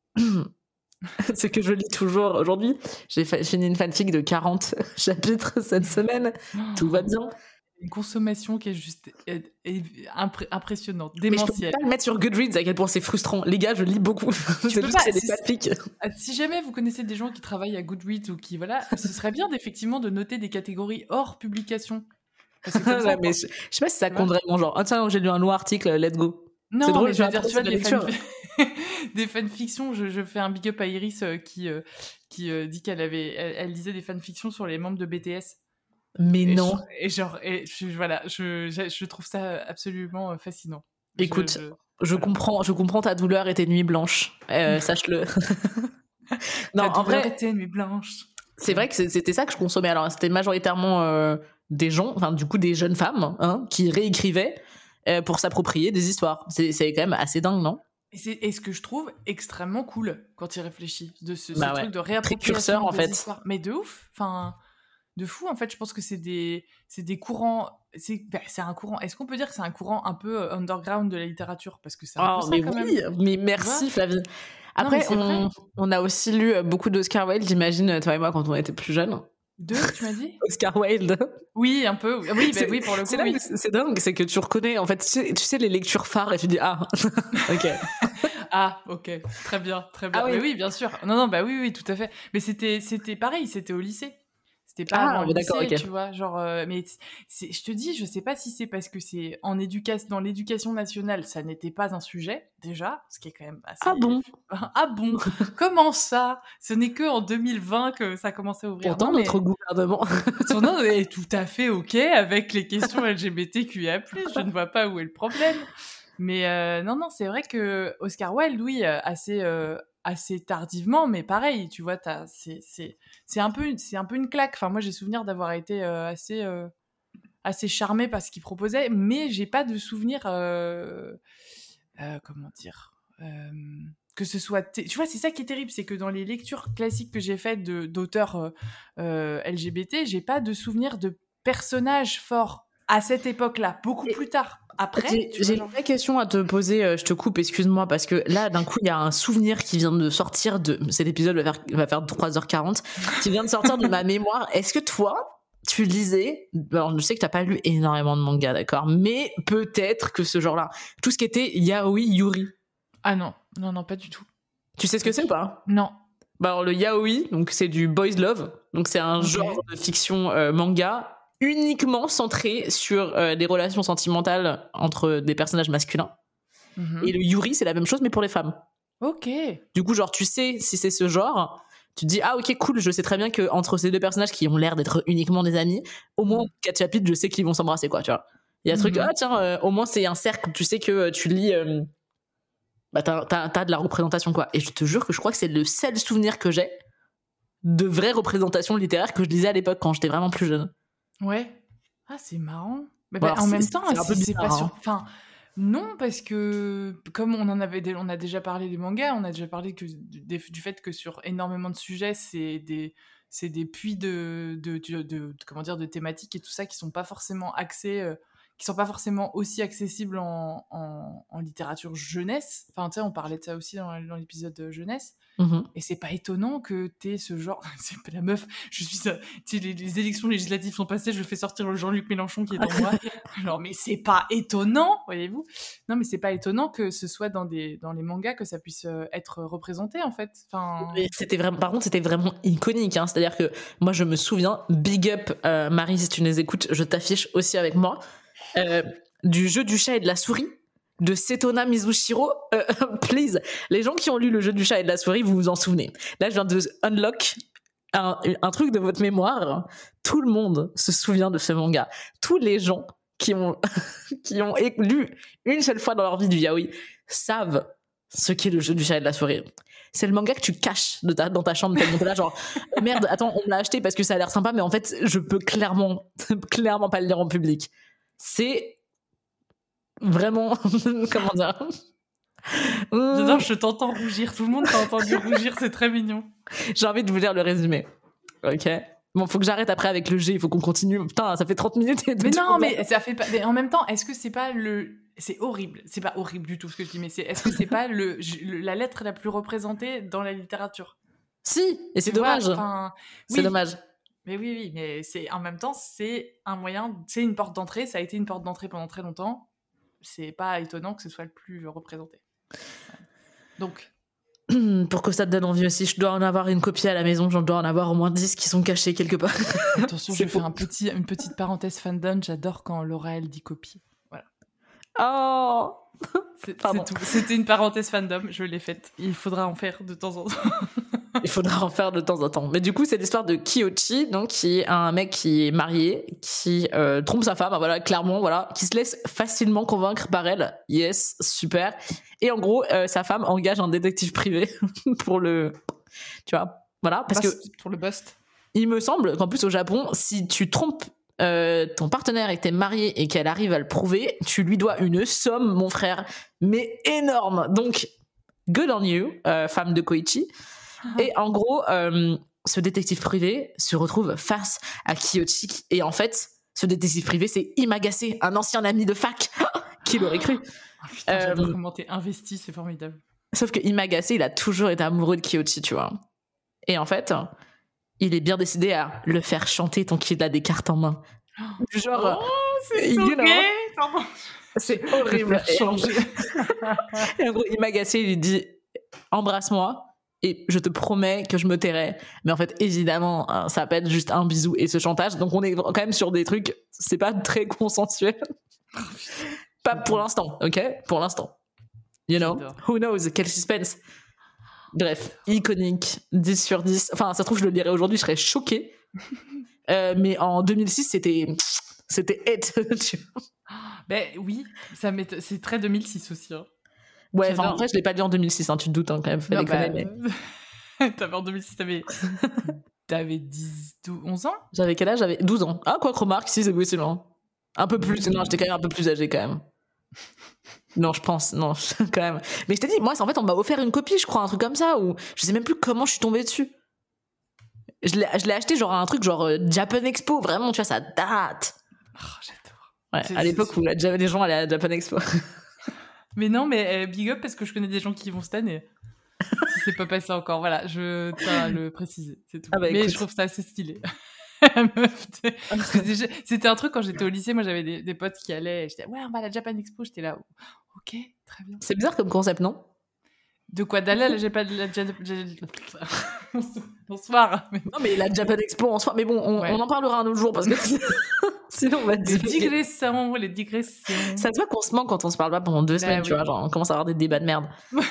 ce que je lis toujours aujourd'hui. J'ai fa- fini une fanfic de quarante chapitres cette semaine, tout va bien. Une consommation qui est juste est, est impré- impressionnante, démentielle. Mais je peux pas le mettre sur Goodreads à quel point c'est frustrant. Les gars, je lis beaucoup. c'est juste pas, c'est des si, fanfics. Si jamais vous connaissez des gens qui travaillent à Goodreads ou qui voilà, ce serait bien effectivement de noter des catégories hors publication. Ça, ouais, mais je, je sais pas si ça compte vraiment, genre, oh tiens, j'ai lu un long article, let's go. Non, c'est drôle, mais je veux dire, tu vois, des, fan... des fanfictions, je, je fais un big up à Iris euh, qui, euh, qui euh, dit qu'elle avait, elle, elle lisait des fanfictions sur les membres de B T S. Mais et non. Je, et genre, et je, voilà, je, je, je trouve ça absolument fascinant. Écoute, je, je, je voilà. comprends, je comprends ta douleur et tes nuits blanches, euh, sache-le. non, ta en vrai, et tes nuits blanches. C'est vrai que c'était ça que je consommais. Alors, c'était majoritairement euh, des gens, enfin, du coup, des jeunes femmes, hein, qui réécrivaient euh, pour s'approprier des histoires. C'est, c'est quand même assez dingue, non? Et c'est et ce que je trouve extrêmement cool quand il réfléchit, de ce, bah ce ouais. truc de réappropriation en des fait. histoires. Mais de ouf, enfin, de fou. En fait, je pense que c'est des, c'est des courants. C'est, bah, c'est un courant. Est-ce qu'on peut dire que c'est un courant un peu underground de la littérature, parce que c'est un oh, peu ça mais quand oui, même. Mais merci Flavie. Après, non, on, on a aussi lu beaucoup d'Oscar Wilde, j'imagine, toi et moi, quand on était plus jeunes. Deux, tu m'as dit? Oscar Wilde. Oui, un peu. Oui, bah, oui, pour le coup. C'est, là, oui. c'est dingue, c'est que tu reconnais, en fait, tu sais, tu sais les lectures phares et tu dis ah, ok. ah, ok, très bien, très bien. Ah, oui. Mais oui, bien sûr. Non, non, bah oui, oui, tout à fait. Mais c'était, c'était pareil, c'était au lycée. C'était pas ah, avant le d'accord, lycée, okay. tu vois, genre, euh, mais c'est, je te dis, je sais pas si c'est parce que c'est en éducation, dans l'éducation nationale, ça n'était pas un sujet, déjà, ce qui est quand même assez... Ah bon? Ah bon? Comment ça? Ce n'est que en deux mille vingt que ça commençait à ouvrir. Pourtant, non, notre mais... gouvernement... Son nom est tout à fait ok avec les questions L G B T Q I A plus, je ne vois pas où est le problème. Mais euh, non, non, c'est vrai que Oscar Wilde, oui, assez... Euh, assez tardivement, mais pareil, tu vois, t'as, c'est, c'est, c'est, un peu une, c'est un peu une claque. Enfin, moi, j'ai souvenir d'avoir été euh, assez, euh, assez charmée par ce qu'il proposait, mais j'ai pas de souvenir, euh, euh, comment dire, euh, que ce soit... T- tu vois, c'est ça qui est terrible, c'est que dans les lectures classiques que j'ai faites de, d'auteurs euh, euh, L G B T, j'ai pas de souvenir de personnages forts à cette époque-là, beaucoup et, plus tard. après. J'ai, tu j'ai vois, une vraie question à te poser, euh, je te coupe, excuse-moi, parce que là, d'un coup, il y a un souvenir qui vient de sortir de... Cet épisode va faire, va faire trois heures quarante, qui vient de sortir de ma mémoire. Est-ce que toi, tu lisais... Alors, je sais que t'as pas lu énormément de mangas, d'accord, mais peut-être que ce genre-là, tout ce qui était yaoi, yuri. Ah non, non, non, pas du tout. Tu sais ce que c'est ou pas? Non. Bah alors, le yaoi, donc c'est du boys love, donc c'est un Ok. genre de fiction euh, manga uniquement centré sur euh, des relations sentimentales entre des personnages masculins. Mhm. Et le yuri, c'est la même chose, mais pour les femmes. Ok. Du coup, genre, tu sais si c'est ce genre, tu te dis, ah ok, cool, je sais très bien que entre ces deux personnages qui ont l'air d'être uniquement des amis, au moins, quatre chapitres, je sais qu'ils vont s'embrasser, quoi, tu vois. Il y a un truc, Mhm. ah tiens, euh, au moins, c'est un cercle, tu sais que euh, tu lis, euh, bah, t'as, t'as, t'as de la représentation, quoi. Et je te jure que je crois que c'est le seul souvenir que j'ai de vraie représentation littéraire que je lisais à l'époque quand j'étais vraiment plus jeune. Ouais. Ah, c'est marrant. Mais Bon, bah, alors, en c'est- même c'est- temps, c'est un peu c'est, c'est pas bizarre, sur. hein. Enfin, non, parce que comme on en avait, dé- on a déjà parlé des mangas, on a déjà parlé que du, des- du fait que sur énormément de sujets, c'est des, c'est des puits de, de, de, de- comment dire, de thématiques et tout ça qui sont pas forcément axés, euh, qui sont pas forcément aussi accessibles en, en, en littérature jeunesse. Enfin, tu sais, on parlait de ça aussi dans, dans l'épisode de jeunesse. Mhm. Et c'est pas étonnant que t'aies ce genre. C'est pas la meuf. Je suis ça. Tu sais, les, les élections législatives sont passées. Je fais sortir le Jean-Luc Mélenchon qui est en moi. Alors, mais c'est pas étonnant, voyez-vous. Non, mais c'est pas étonnant que ce soit dans des dans les mangas que ça puisse euh, être représenté en fait. Enfin. Mais c'était vraiment, par contre, c'était vraiment iconique. Hein. C'est-à-dire que moi, je me souviens, big up, euh, Marie, si tu nous écoutes, je t'affiche aussi avec moi, euh, du jeu du chat et de la souris de Setona Mizushiro. Euh, please, les gens qui ont lu le jeu du chat et de la souris, vous vous en souvenez. Là, je viens de unlock un, un truc de votre mémoire. Tout le monde se souvient de ce manga. Tous les gens qui ont, qui ont lu une seule fois dans leur vie du yaoi savent ce qu'est le jeu du chat et de la souris. C'est le manga que tu caches de ta, dans ta chambre tellement t'es là genre oh merde, attends, on me l'a acheté parce que ça a l'air sympa, mais en fait je peux clairement clairement pas le lire en public. C'est vraiment comment dire. J'adore, je t'entends rougir. Tout le monde t'a entendu rougir, c'est très mignon. J'ai envie de vous lire le résumé. Ok. Bon, faut que j'arrête après avec le G, il faut qu'on continue. Putain, ça fait trente minutes. Et Mais non, mais ça fait pas. Mais en même temps, est-ce que c'est pas le. C'est horrible. C'est pas horrible du tout ce que je dis, mais c'est. Est-ce que c'est pas le, le la lettre la plus représentée dans la littérature? Si, et c'est Tu vois, dommage. enfin, C'est oui. dommage. Mais oui, oui, mais c'est en même temps, c'est un moyen, c'est une porte d'entrée. Ça a été une porte d'entrée pendant très longtemps. C'est pas étonnant que ce soit le plus représenté. Donc. Pour que ça te donne envie aussi, je dois en avoir une copie à la maison, j'en dois en avoir au moins dix qui sont cachés quelque part. Attention, je vais faire un petit, une petite parenthèse fandom, j'adore quand Laura elle dit copie. Voilà. Oh c'est, c'est tout. C'était une parenthèse fandom, je l'ai faite. Il faudra en faire de temps en temps. Il faudra en faire de temps en temps. Mais du coup, c'est l'histoire de Kiyoshi, donc qui est un mec qui est marié, qui euh, trompe sa femme, voilà, clairement, voilà, qui se laisse facilement convaincre par elle. Yes, super. Et en gros, euh, sa femme engage un détective privé pour le, tu vois, voilà, parce Bust, que pour le bust. Il me semble qu'en plus au Japon, si tu trompes euh, ton partenaire et que t'es marié et qu'elle arrive à le prouver, tu lui dois une somme, mon frère, mais énorme. Donc, good on you, euh, femme de Koichi. Et en gros, euh, ce détective privé se retrouve face à Kiyoshi. Et en fait, ce détective privé, c'est Imagase, un ancien ami de fac. Qui l'aurait cru? Oh, putain, j'adore euh, comment t'es investi, c'est formidable. Sauf que Imagase, il a toujours été amoureux de Kiyoshi, tu vois. Et en fait, il est bien décidé à le faire chanter tant qu'il a des cartes en main. Genre, oh, c'est so gay. Pardon. C'est horrible. Et en, et en gros, Imagase, il lui dit « Embrasse-moi ». Et je te promets que je me tairai. Mais en fait, évidemment, ça peut être juste un bisou et ce chantage. Donc, on est quand même sur des trucs, c'est pas très consensuel. Pas pour l'instant, ok? Pour l'instant. You know? Who knows? Quel suspense. Bref, iconique, dix sur dix. Enfin, ça se trouve, je le lirais aujourd'hui, je serais choquée. euh, mais en deux mille six, c'était, c'était hit. Ben oui, ça c'est très deux mille six aussi. Hein. Ouais, enfin, en vrai, je l'ai pas lu en deux mille six, hein, tu te doutes, hein, quand même. Fallait bah, mais... T'avais en deux mille six, t'avais, t'avais dix, douze, onze ans? J'avais quel âge? J'avais douze ans. Ah, quoi que remarque, si, c'est possible. Un peu plus. Non, j'étais quand même un peu plus âgée, quand même. Non, je pense. Non, quand même. Mais je t'ai dit, moi, en fait, on m'a offert une copie, je crois, un truc comme ça, ou je sais même plus comment je suis tombée dessus. Je l'ai, je l'ai acheté, genre, un truc, genre, euh, Japan Expo, vraiment, tu vois, ça date. Oh, j'adore. Ouais, à l'époque où la, les gens allaient à la Japan Expo. Mais non, mais euh, big up parce que je connais des gens qui y vont cette année. Si c'est pas passé encore, voilà, je tiens à le préciser, c'est tout. Ah bah, mais écoute. Je trouve ça assez stylé. Meuf, parce que déjà, c'était un truc quand j'étais au lycée, moi j'avais des, des potes qui allaient, et j'étais ouais, on va à la Japan Expo, j'étais là, ok, très bien. C'est bizarre comme concept, non? De quoi, d'aller à la Japan Bonsoir. Non, mais la Japan Expo en soi, mais bon, on, ouais. on en parlera un autre jour parce que sinon on va les digressions, les digressions. Ça se voit qu'on se manque quand on se parle pas pendant deux bah, semaines, oui. tu vois, genre on commence à avoir des débats de merde.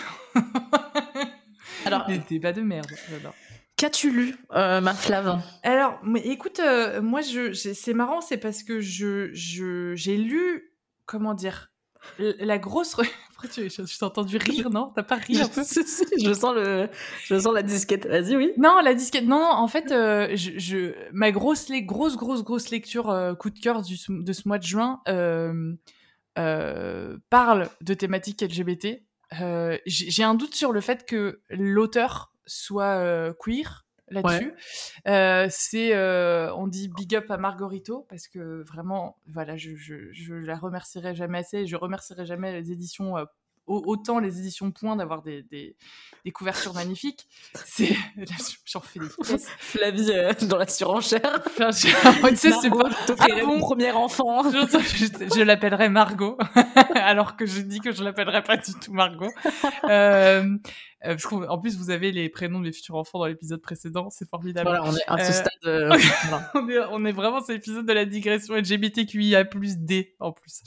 Alors, des débats de merde, j'adore. Qu'as-tu lu, euh, ma Flav? Alors, mais écoute, euh, moi, je, c'est marrant, c'est parce que je, je, j'ai lu, comment dire, la grosse... Après, tu, je, je t'ai entendu rire, non? T'as pas ri un peu? Si, si, je sens le, je sens la disquette. Vas-y, oui. Non, la disquette. Non, non. En fait, euh, je, je, ma grosse, les grosse, grosse, grosse lecture euh, coup de cœur du, de ce mois de juin euh, euh, parle de thématiques L G B T. Euh, j'ai, j'ai un doute sur le fait que l'auteur soit euh, queer là-dessus. Ouais. Euh, c'est, euh, on dit big up à Margarito parce que vraiment, voilà, je, je, je la remercierai jamais assez. Je remercierai jamais les éditions, euh, autant les éditions Point d'avoir des, des, des couvertures magnifiques. C'est, j'en fais des pièces. Flavie euh, dans la surenchère. Enfin, je, tu sais, c'est pas ah bon, mon premier enfant. Je, je, je l'appellerai Margot, alors que je dis que je l'appellerai pas du tout Margot. Euh, parce qu'en plus, vous avez les prénoms de mes futurs enfants dans l'épisode précédent, c'est formidable. Voilà, on est à ce euh, stade. Euh, voilà. on, est, on est vraiment sur l'épisode de la digression L G B T Q I A plus D en plus.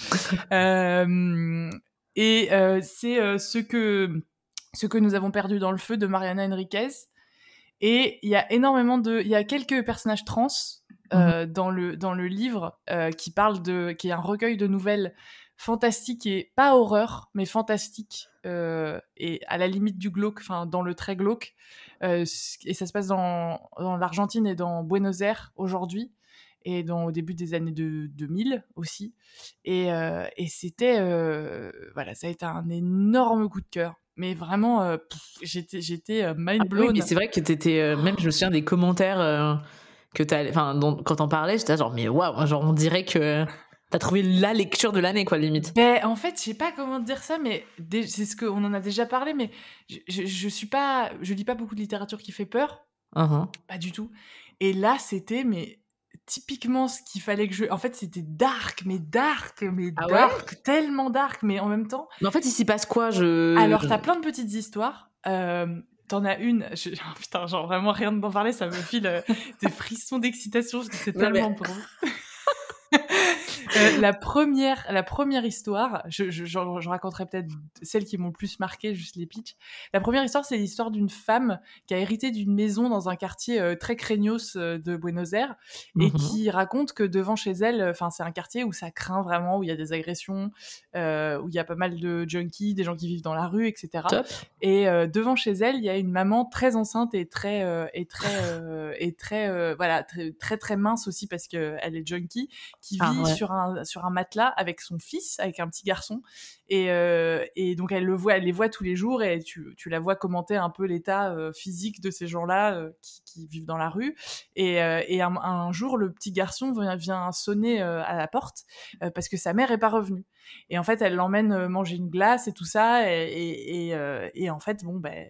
euh, et euh, c'est euh, ce que ce que nous avons perdu dans le feu de Mariana Enriquez. Et il y a énormément de, il y a quelques personnages trans euh, mmh. dans le dans le livre euh, qui parle de, qui est un recueil de nouvelles fantastiques et pas horreur, mais fantastiques euh, et à la limite du glauque, enfin dans le très glauque. Euh, et ça se passe dans dans l'Argentine et dans Buenos Aires aujourd'hui et dans au début des années de, deux mille aussi. Et euh, et c'était euh, voilà, ça a été un énorme coup de cœur. Mais vraiment, euh, pff, j'étais, j'étais euh, mind blown. Ah oui, mais c'est vrai que t'étais, euh, même je me souviens des commentaires euh, que t'as, enfin, quand t'en parlais, j'étais genre, mais waouh, genre on dirait que t'as trouvé la lecture de l'année, quoi, limite. Ben, en fait, je sais pas comment dire ça, mais dé- c'est ce qu'on en a déjà parlé, mais je, je, je suis pas, je lis pas beaucoup de littérature qui fait peur, uh-huh. pas du tout. Et là, c'était, mais typiquement ce qu'il fallait que je... En fait, c'était dark, mais dark, mais ah dark, ouais tellement dark, mais en même temps... Mais en fait, il s'y passe quoi je... Alors, t'as plein de petites histoires. Euh, t'en as une... Je... Oh, putain, genre vraiment rien d'en parler, ça me file euh, des frissons d'excitation, parce que c'est non, tellement mais... beau. Euh, la première, la première histoire, je, je, je, je raconterai peut-être celles qui m'ont le plus marqué, juste les pitchs. La première histoire, c'est l'histoire d'une femme qui a hérité d'une maison dans un quartier euh, très craignos euh, de Buenos Aires et mm-hmm. qui raconte que devant chez elle, enfin c'est un quartier où ça craint vraiment, où il y a des agressions, euh, où il y a pas mal de junkies, des gens qui vivent dans la rue, et cetera. Top. Et euh, devant chez elle, il y a une maman très enceinte et très euh, et très euh, et très euh, voilà très, très très mince aussi parce que elle est junkie, qui vit ah, ouais. sur un sur un matelas avec son fils, avec un petit garçon, et euh, et donc elle le voit, elle les voit tous les jours et tu tu la vois commenter un peu l'état euh, physique de ces gens-là euh, qui qui vivent dans la rue et euh, et un, un jour le petit garçon vient vient sonner euh, à la porte euh, parce que sa mère est pas revenue et en fait elle l'emmène euh, manger une glace et tout ça et et et, euh, et en fait bon ben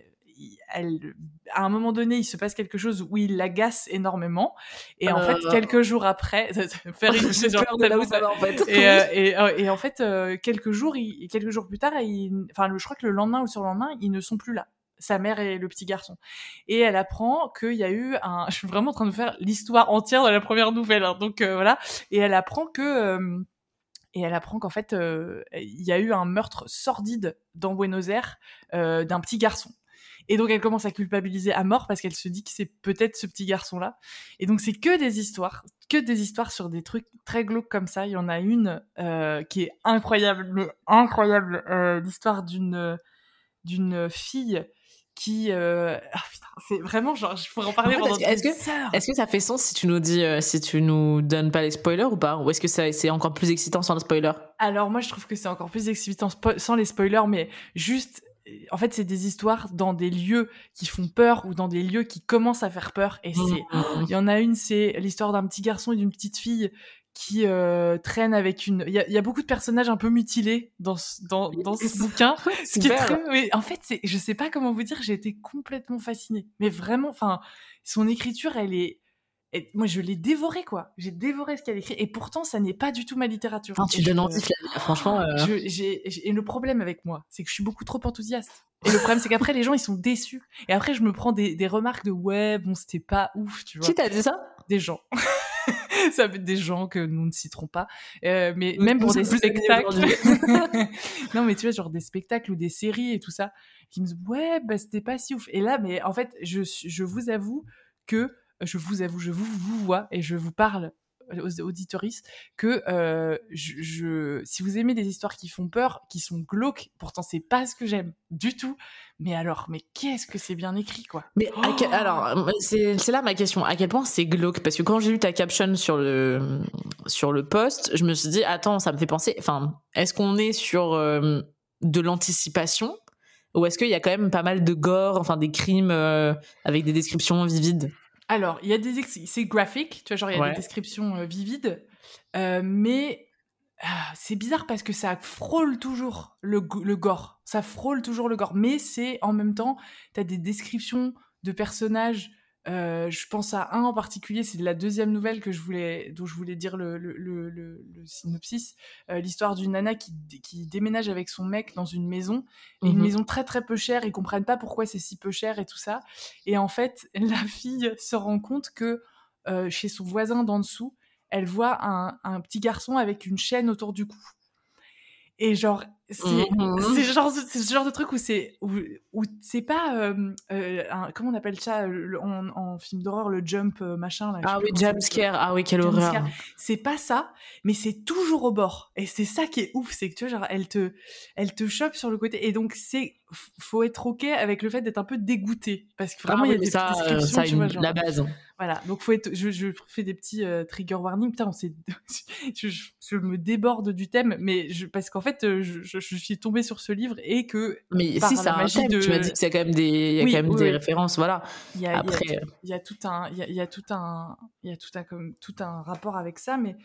elle, à un moment donné, il se passe quelque chose où il l'agace énormément. Et euh... en fait, quelques jours après, faire une j'ai peur de là où ça va en fait. Et, euh, et, euh, et en fait, euh, quelques jours, il, quelques jours plus tard, il, enfin, le, je crois que le lendemain ou le surlendemain, ils ne sont plus là. Sa mère et le petit garçon. Et elle apprend qu'il y a eu un. Je suis vraiment en train de faire l'histoire entière de la première nouvelle. Hein, donc euh, voilà. Et elle apprend que. Euh, Et elle apprend qu'en fait, il euh, y a eu un meurtre sordide dans Buenos Aires euh, d'un petit garçon. Et donc, elle commence à culpabiliser à mort parce qu'elle se dit que c'est peut-être ce petit garçon-là. Et donc, c'est que des histoires, que des histoires sur des trucs très glauques comme ça. Il y en a une euh, qui est incroyable, mais incroyable, euh, l'histoire d'une, d'une fille qui... Euh... Oh, putain, c'est vraiment genre, je pourrais en parler en fait, pendant est-ce que, est-ce que, est-ce que ça fait sens si tu nous dis, euh, si tu nous donnes pas les spoilers ou pas? Ou est-ce que ça, c'est encore plus excitant sans les spoilers? Alors, moi, je trouve que c'est encore plus excitant spo- sans les spoilers, mais juste... En fait, c'est des histoires dans des lieux qui font peur ou dans des lieux qui commencent à faire peur. Et c'est, il y en a une, c'est l'histoire d'un petit garçon et d'une petite fille qui euh, traîne avec une. Il y a, y a beaucoup de personnages un peu mutilés dans ce, dans, dans ce bouquin. Ce qui est très. Mais en fait, c'est, je sais pas comment vous dire, j'ai été complètement fascinée. Mais vraiment, enfin, son écriture, elle est. Et moi, je l'ai dévoré, quoi. J'ai dévoré ce qu'elle écrit. Et pourtant, ça n'est pas du tout ma littérature. Enfin, tu donnes envie, Flavie. Franchement. Euh... Je, j'ai, j'ai... Et le problème avec moi, c'est que je suis beaucoup trop enthousiaste. Et le problème, c'est qu'après, les gens, ils sont déçus. Et après, je me prends des, des remarques de ouais, bon, c'était pas ouf, tu vois. Qui t'a dit ça? Des gens. Ça peut être des gens que nous ne citerons pas. Euh, mais même pour des spectacles. Non, mais tu vois, genre des spectacles ou des séries et tout ça, qui me disent ouais, bah, c'était pas si ouf. Et là, mais en fait, je, je vous avoue que je vous avoue, je vous, vous vois et je vous parle aux auditoristes que euh, je, je, si vous aimez des histoires qui font peur, qui sont glauques, pourtant c'est pas ce que j'aime du tout. Mais alors, mais qu'est-ce que c'est bien écrit, quoi. Mais oh que, alors, c'est, c'est là ma question. À quel point c'est glauque? Parce que quand j'ai lu ta caption sur le sur le post, je me suis dit attends, ça me fait penser. Enfin, est-ce qu'on est sur euh, de l'anticipation ou est-ce qu'il y a quand même pas mal de gore, enfin des crimes euh, avec des descriptions vivides? Alors, il y a des ex- c'est graphique, tu vois, genre il y a ouais. des descriptions euh, vivides, euh, mais ah, c'est bizarre parce que ça frôle toujours le, le gore, ça frôle toujours le gore, mais c'est en même temps, t'as des descriptions de personnages. Euh, je pense à un en particulier, c'est de la deuxième nouvelle que je voulais, dont je voulais dire le, le, le, le, le synopsis, euh, l'histoire d'une nana qui, qui déménage avec son mec dans une maison, et mm-hmm. une maison très très peu chère, ils comprennent pas pourquoi c'est si peu cher et tout ça, et en fait, la fille se rend compte que euh, chez son voisin d'en dessous, elle voit un, un petit garçon avec une chaîne autour du cou. Et genre, c'est, mmh. c'est, genre, c'est ce genre de truc où c'est, où, où c'est pas, euh, euh, un, comment on appelle ça le, en, en film d'horreur, le jump euh, machin là. Ah oui, jump scare, ah oui, quelle horreur. Scare. C'est pas ça, mais c'est toujours au bord. Et c'est ça qui est ouf, c'est que tu vois, genre, elle te, elle te chope sur le côté. Et donc, c'est, faut être ok avec le fait d'être un peu dégoûté. Parce que vraiment, il ah oui, y a des ça, descriptions, ça tu une, vois, genre. La base. Voilà, donc faut être, je, je fais des petits euh, trigger warning. Putain, on s'est, je, je, je me déborde du thème, mais je, parce qu'en fait, je, je, je suis tombée sur ce livre et que mais par si ça a un thème, de... tu m'as dit que c'est quand même des, il y a oui, quand même oui, des oui. références, voilà. Il y a, après, il y a, il y a tout un, il y a, il y a tout un, il y a tout un comme tout un rapport avec ça, mais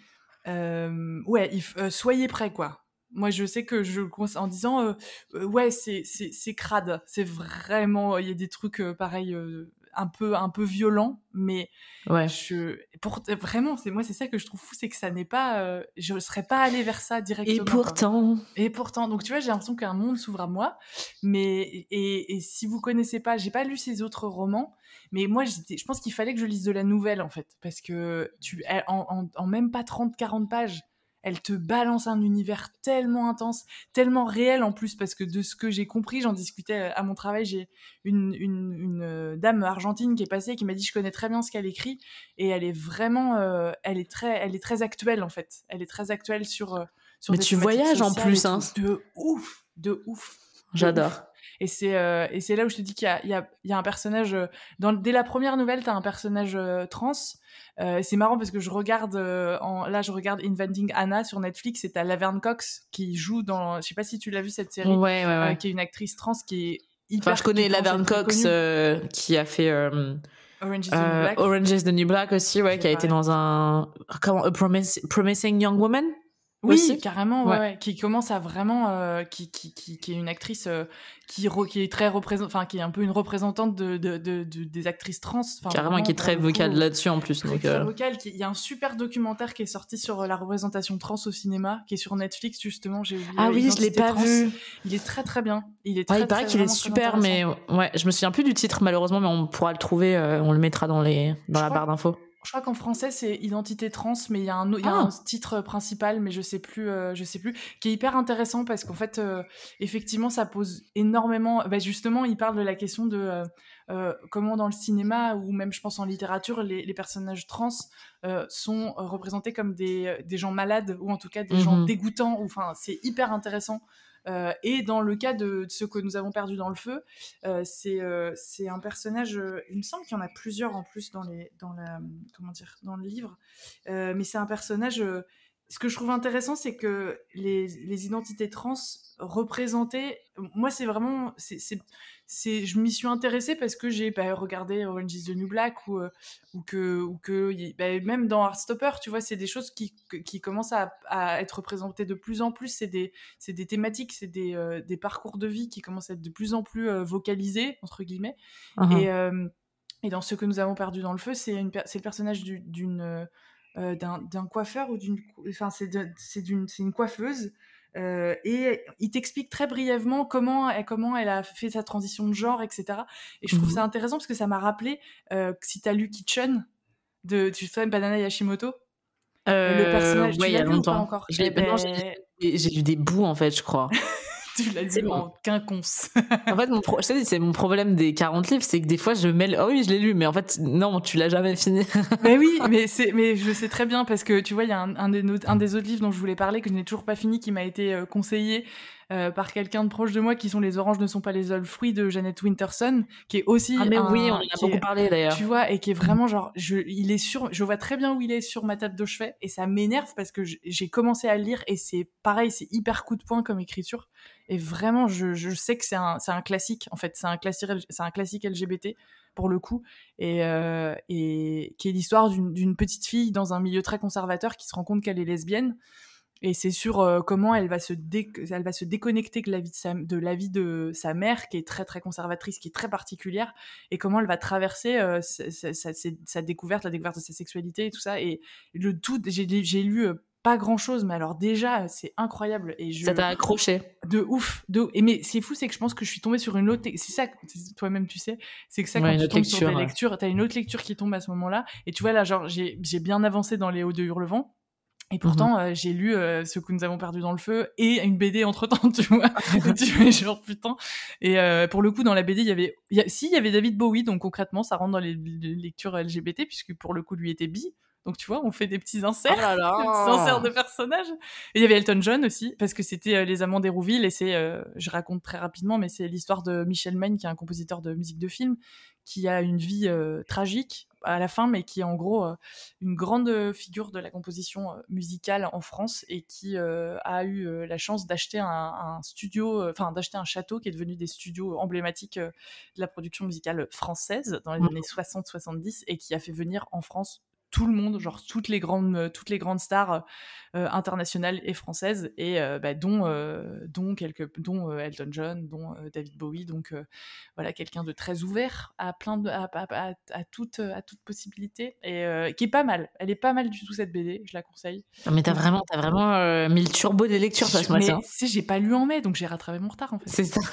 euh, ouais, il, euh, soyez prêts, quoi. Moi, je sais que je commence en disant euh, euh, ouais, c'est c'est c'est crade, c'est vraiment, il y a des trucs euh, pareils. Euh, un peu un peu violent, mais ouais. je pour vraiment c'est moi c'est ça que je trouve fou, c'est que ça n'est pas euh, je serais pas allée vers ça directement. Et pourtant quoi. et pourtant donc tu vois, j'ai l'impression qu'un monde s'ouvre à moi, mais et, et si vous connaissez pas, j'ai pas lu ses autres romans, mais moi j'étais, je pense qu'il fallait que je lise de la nouvelle en fait, parce que tu en, en, en même pas trente quarante pages, elle te balance un univers tellement intense, tellement réel en plus, parce que de ce que j'ai compris, j'en discutais à mon travail, j'ai une, une, une dame argentine qui est passée et qui m'a dit je connais très bien ce qu'elle écrit, et elle est vraiment, euh, elle est très, elle est très actuelle en fait, elle est très actuelle sur, euh, sur mais des tu voyages en plus, hein. De ouf, de ouf. De J'adore. Ouf. Et c'est, euh, et c'est là où je te dis qu'il y a, il y a, il y a un personnage, euh, dans, dès la première nouvelle, t'as un personnage euh, trans. Euh, c'est marrant parce que je regarde, euh, en, là je regarde Inventing Anna sur Netflix, et t'as Laverne Cox qui joue dans, je sais pas si tu l'as vu cette série, ouais, ouais, ouais. Euh, qui est une actrice trans qui est hyper. Enfin, je connais Laverne Cox euh, qui a fait euh, Orange is the New Black. Orange is the New Black aussi, ouais, qui a été dans un, comment, A Promis- Promising Young Woman. Oui, aussi. carrément, ouais, ouais. ouais, qui commence à vraiment, euh, qui, qui, qui, qui est une actrice euh, qui, re, qui est très représentante, enfin, qui est un peu une représentante de, de, de, de des actrices trans. Carrément, vraiment, qui est très vocale là-dessus en plus. Très, donc, très euh... vocale. Il y a un super documentaire qui est sorti sur la représentation trans au cinéma, qui est sur Netflix justement. J'ai oublié. Ah oui, je l'ai pas trans. vu. Il est très très bien. Il est très. Ouais, il paraît très, qu'il est super, mais ouais, je me souviens plus du titre malheureusement, mais on pourra le trouver. Euh, on le mettra dans les dans je la barre d'infos. Je crois qu'en français c'est Identité trans, mais il y a un, il y a ah. un titre principal, mais je sais plus, euh, je sais plus, qui est hyper intéressant parce qu'en fait, euh, effectivement, ça pose énormément. Bah justement, il parle de la question de euh, euh, comment dans le cinéma ou même, je pense, en littérature, les, les personnages trans euh, sont représentés comme des des gens malades ou en tout cas des mm-hmm. gens dégoûtants. Enfin, c'est hyper intéressant. Euh, et dans le cas de, de ceux que nous avons perdus dans le feu, euh, c'est, euh, c'est un personnage, euh, il me semble qu'il y en a plusieurs en plus dans, les, dans, la, comment dire, dans le livre, euh, mais c'est un personnage euh, ce que je trouve intéressant, c'est que les, les identités trans représentées, moi, c'est vraiment, c'est, c'est, c'est, je m'y suis intéressée parce que j'ai bah, regardé Orange is the New Black ou, euh, ou que, ou que bah, même dans Heartstopper, tu vois, c'est des choses qui, qui commencent à, à être représentées de plus en plus. C'est des, c'est des thématiques, c'est des, euh, des parcours de vie qui commencent à être de plus en plus euh, vocalisés, entre guillemets. Uh-huh. Et, euh, et dans Ce que nous avons perdu dans le feu, c'est, une, c'est le personnage du, d'une Euh, d'un, d'un coiffeur ou d'une, enfin c'est, de, c'est, d'une, c'est une coiffeuse euh, et il t'explique très brièvement comment elle, comment elle a fait sa transition de genre, et cetera. Et je trouve mmh. ça intéressant parce que ça m'a rappelé euh, si t'as lu Kitchen de, tu sais, Banana Yashimoto. Euh, le personnage, ouais, tu il y a l'as lu longtemps. ou pas encore? J'ai, ben... non, j'ai, j'ai lu des bouts en fait, je crois. Tu l'as dit en quinconce. En fait, mon pro... je te dis, c'est mon problème des quarante livres, c'est que des fois je mêle. Oh oui, je l'ai lu, mais en fait, non, tu l'as jamais fini. Mais oui, mais, c'est... mais je sais très bien parce que tu vois, il y a un, un, des no... un des autres livres dont je voulais parler que je n'ai toujours pas fini, qui m'a été euh, conseillé euh, par quelqu'un de proche de moi, qui sont Les oranges ne sont pas les seuls fruits de Jeanette Winterson, qui est aussi. Ah, mais un... oui, on en a beaucoup est... parlé d'ailleurs. Tu vois, et qui est vraiment genre. Je... Il est sur... Je vois très bien où il est sur ma table de chevet et ça m'énerve parce que j'ai commencé à le lire et c'est pareil, c'est hyper coup de poing comme écriture. Et vraiment, je, je sais que c'est un, c'est un classique, en fait. C'est un classique, c'est un classique L G B T, pour le coup. Et, euh, et qui est l'histoire d'une, d'une petite fille dans un milieu très conservateur qui se rend compte qu'elle est lesbienne. Et c'est sur euh, comment elle va, se dé- elle va se déconnecter de la, vie de, sa, de la vie de sa mère, qui est très, très conservatrice, qui est très particulière, et comment elle va traverser euh, sa, sa, sa, sa découverte, la découverte de sa sexualité et tout ça. Et le tout, j'ai, j'ai lu... Euh, pas grand chose, mais alors déjà c'est incroyable et je... ça t'a accroché de ouf, de ouf. Et mais c'est fou, c'est que je pense que je suis tombée sur une autre, c'est ça toi-même tu sais, c'est que ça, ouais, quand tu tombes lecture, sur des ouais. lectures, t'as une autre lecture qui tombe à ce moment-là et tu vois là, genre j'ai j'ai bien avancé dans Les Hauts de Hurlevent. Et pourtant, mm-hmm. euh, j'ai lu euh, Ce que nous avons perdu dans le feu et une B D entre-temps, tu vois. Tu vois, genre, putain. Et euh, pour le coup, dans la B D, il y avait... Il y a... Si, il y avait David Bowie, donc concrètement, ça rentre dans les, les lectures L G B T, puisque pour le coup, lui était bi. Donc, tu vois, on fait des petits inserts, oh là là. des petits inserts de personnages. Et il y avait Elton John aussi, parce que c'était euh, Les Amants d'Hérouville, et c'est... Euh, je raconte très rapidement, mais c'est l'histoire de Michel Maine, qui est un compositeur de musique de film, qui a une vie euh, tragique à la fin, mais qui est en gros euh, une grande figure de la composition euh, musicale en France et qui euh, a eu euh, la chance d'acheter un, un studio, enfin euh, d'acheter un château qui est devenu des studios emblématiques euh, de la production musicale française dans les mmh. années soixante soixante-dix et qui a fait venir en France tout le monde, genre toutes les grandes, toutes les grandes stars euh, internationales et françaises, et euh, bah, dont, euh, dont, quelques, dont euh, Elton John, dont euh, David Bowie, donc euh, voilà, quelqu'un de très ouvert à plein de, à, à, à, à toute, à toute possibilité, et euh, qui est pas mal. Elle est pas mal du tout cette B D, je la conseille. Non, mais t'as donc, vraiment, t'as vraiment euh, mis le turbo des lectures, ça ce matin. Mais tu sais, j'ai pas lu en mai, donc j'ai rattrapé mon retard en fait. C'est ça.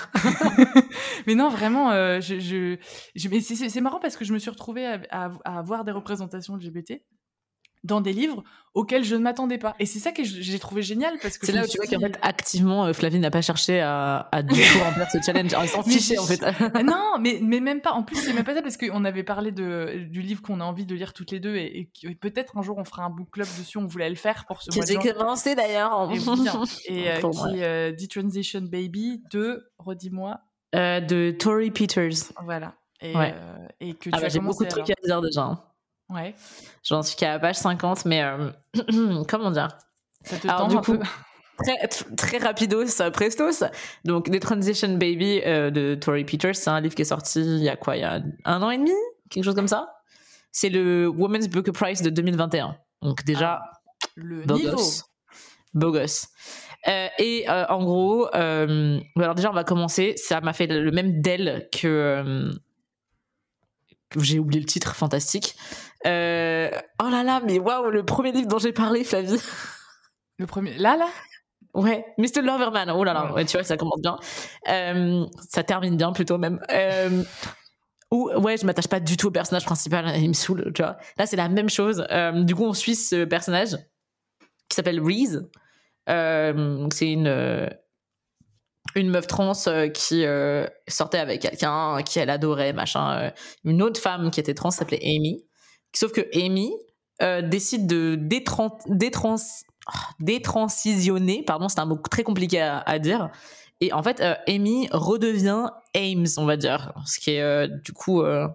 Mais non, vraiment, euh, je, je, je, mais c'est, c'est marrant parce que je me suis retrouvée à, à, à avoir des représentations L G B T dans des livres auxquels je ne m'attendais pas. Et c'est ça que j'ai trouvé génial parce que c'est là où tu vois dit... qu'en fait activement Flavie n'a pas cherché à, à du tout remplir ce challenge. Elle s'en fichait en fait. Non, mais mais même pas. En plus c'est même pas ça parce qu'on avait parlé de du livre qu'on a envie de lire toutes les deux et, et peut-être un jour on fera un book club dessus. On voulait le faire pour ce mois de juin. J'ai commencé d'ailleurs. Et, bien. et euh, qui euh, Detransition Baby de redis-moi. Euh, de Tori Peters. Voilà. Et, ouais. euh, et que ah tu bah, as j'ai commencé beaucoup de trucs alors. à dire déjà. Hein. Ouais. J'en suis qu'à la page cinquante, mais euh, comment dire ça te alors, tend du un coup, peu. Très, très rapidos, prestos. Donc, Detransition Baby euh, de Tori Peters, c'est un livre qui est sorti il y a quoi, il y a un an et demi, quelque chose comme ça. C'est le Women's Booker Prize de deux mille vingt et un. Donc déjà, ah, le beau niveau. gosse. Beau gosse. Euh, et euh, en gros, euh, alors déjà on va commencer. Ça m'a fait le même del que, euh, que j'ai oublié le titre, fantastique. Euh, oh là là, mais waouh, le premier livre dont j'ai parlé, Flavie. Le premier, là là. Ouais, mister Loverman, oh là là, ouais. Ouais, tu vois, ça commence bien. Euh, ça termine bien plutôt même. Euh, ou ouais, je m'attache pas du tout au personnage principal, il me saoule, tu vois. Là, c'est la même chose. Euh, du coup, on suit ce personnage qui s'appelle Reese. Euh, c'est une euh, une meuf trans euh, qui euh, sortait avec quelqu'un qui elle adorait, machin. Euh, une autre femme qui était trans s'appelait Amy. Sauf que Amy euh, décide de détrans, détrans, détransitionner, pardon, c'est un mot très compliqué à, à dire. Et en fait, euh, Amy redevient Ames, on va dire, ce qui est euh, du coup euh,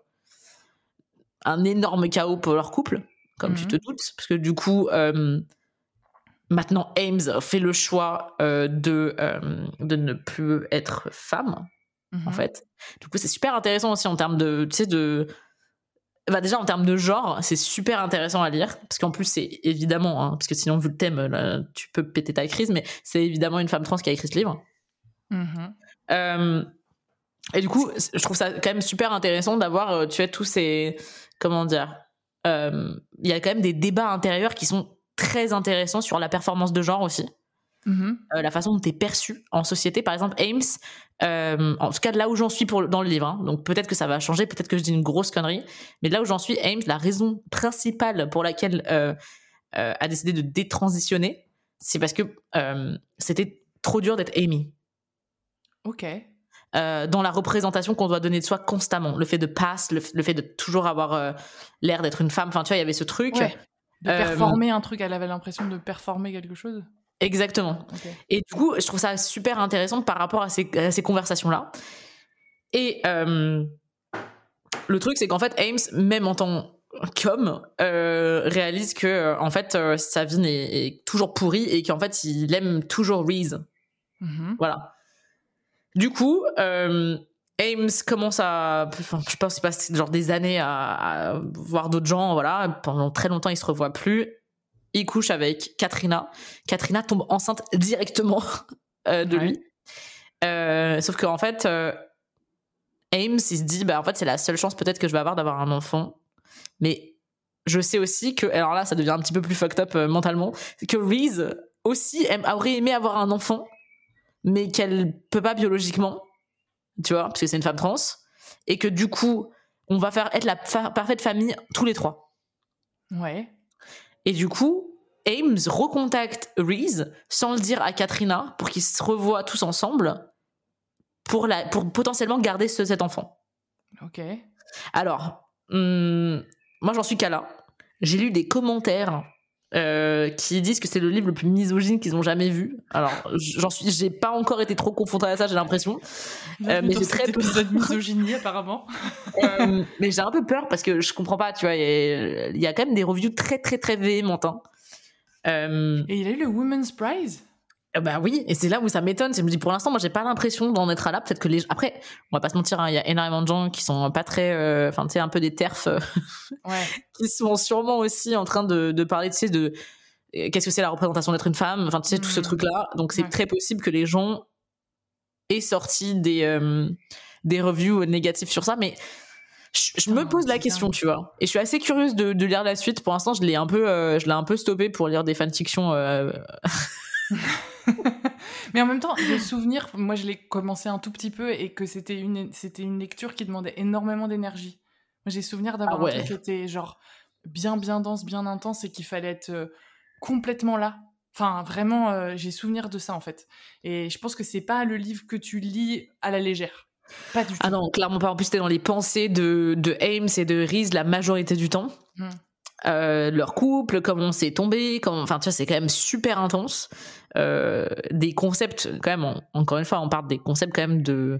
un énorme chaos pour leur couple, comme mm-hmm. tu te doutes, parce que du coup, euh, maintenant Ames fait le choix euh, de, euh, de ne plus être femme, mm-hmm. en fait. Du coup, c'est super intéressant aussi en termes de, tu sais, de... Bah déjà, en termes de genre, c'est super intéressant à lire, parce qu'en plus, c'est évidemment, hein, parce que sinon, vu le thème, là, tu peux péter ta crise, mais c'est évidemment une femme trans qui a écrit ce livre. Mm-hmm. Euh, et du coup, je trouve ça quand même super intéressant d'avoir, tu vois, tous ces... Comment dire, il euh, y a quand même des débats intérieurs qui sont très intéressants sur la performance de genre aussi. Mm-hmm. Euh, la façon dont t'es perçu en société. Par exemple, Ames, euh, en tout cas de là où j'en suis pour, dans le livre, hein, donc peut-être que ça va changer, peut-être que je dis une grosse connerie, mais de là où j'en suis, Ames, la raison principale pour laquelle euh, euh, a décidé de détransitionner, c'est parce que euh, c'était trop dur d'être Amy. Ok. Euh, dans la représentation qu'on doit donner de soi constamment, le fait de pass, le, f- le fait de toujours avoir euh, l'air d'être une femme, enfin tu vois, il y avait ce truc. Ouais. De performer euh, un truc, elle avait l'impression de performer quelque chose. Exactement. Okay. Et du coup, je trouve ça super intéressant par rapport à ces, à ces conversations-là. Et euh, le truc, c'est qu'en fait, Ames, même en tant qu'homme, euh, réalise que euh, en fait, euh, sa vie est, est toujours pourrie et qu'en fait, il aime toujours Reese. Mm-hmm. Voilà. Du coup, euh, Ames commence à, enfin, je pense qu'il passe genre des années à, à voir d'autres gens. Voilà. Pendant très longtemps, il se revoit plus. Il couche avec Katrina. Katrina tombe enceinte directement euh, de ouais. lui. Euh, sauf qu'en fait, euh, Ames, il se dit, bah, en fait, c'est la seule chance peut-être que je vais avoir d'avoir un enfant. Mais je sais aussi que, alors là, ça devient un petit peu plus fucked up euh, mentalement, que Reese aussi aime, aurait aimé avoir un enfant, mais qu'elle peut pas biologiquement, tu vois, parce que c'est une femme trans. Et que du coup, on va faire être la fa- parfaite famille tous les trois. Ouais. Et du coup, Ames recontacte Reese sans le dire à Katrina pour qu'ils se revoient tous ensemble pour, la, pour potentiellement garder ce, cet enfant. Ok. Alors, hum, moi j'en suis qu'à là. J'ai lu des commentaires euh, qui disent que c'est le livre le plus misogyne qu'ils ont jamais vu. Alors, j'en suis, j'ai pas encore été trop confrontée à ça, j'ai l'impression. Euh, mais j'ai très peu épisode misogynie apparemment. euh, mais j'ai un peu peur parce que je comprends pas, tu vois. Il y, y a quand même des reviews très très très véhémentes. Hein. Euh... Et il a eu le Women's Prize. Bah oui, et c'est là où ça m'étonne. Je me dis, pour l'instant, moi, j'ai pas l'impression d'en être à là. Peut-être que les. Après, on va pas se mentir, il hein, y a énormément de gens qui sont pas très. Enfin, euh, tu sais, un peu des terfs. Euh, ouais. Qui sont sûrement aussi en train de, de parler, tu sais, de. Euh, qu'est-ce que c'est la représentation d'être une femme. Enfin, tu sais, mmh. tout ce truc-là. Donc, c'est ouais. très possible que les gens aient sorti des, euh, des reviews négatives sur ça. Mais je, je me pose la question, bien. Tu vois. Et je suis assez curieuse de, de lire la suite. Pour l'instant, je l'ai un peu, euh, je l'ai un peu stoppé pour lire des fanfictions. Euh... Mais en même temps, de souvenir, moi je l'ai commencé un tout petit peu et que c'était une, c'était une lecture qui demandait énormément d'énergie. Moi j'ai souvenir d'avoir ah ouais. un truc qui était genre bien bien dense, bien intense et qu'il fallait être euh, complètement là. Enfin vraiment, euh, j'ai souvenir de ça en fait. Et je pense que c'est pas le livre que tu lis à la légère. Pas du tout. Ah non, clairement pas. En plus, t'es dans les pensées de, de Ames et de Reese la majorité du temps. Hum. Euh, leur couple, comment c'est tombé, comment, enfin tu vois, c'est quand même super intense. Euh, des concepts quand même, on, encore une fois, on parle des concepts quand même de,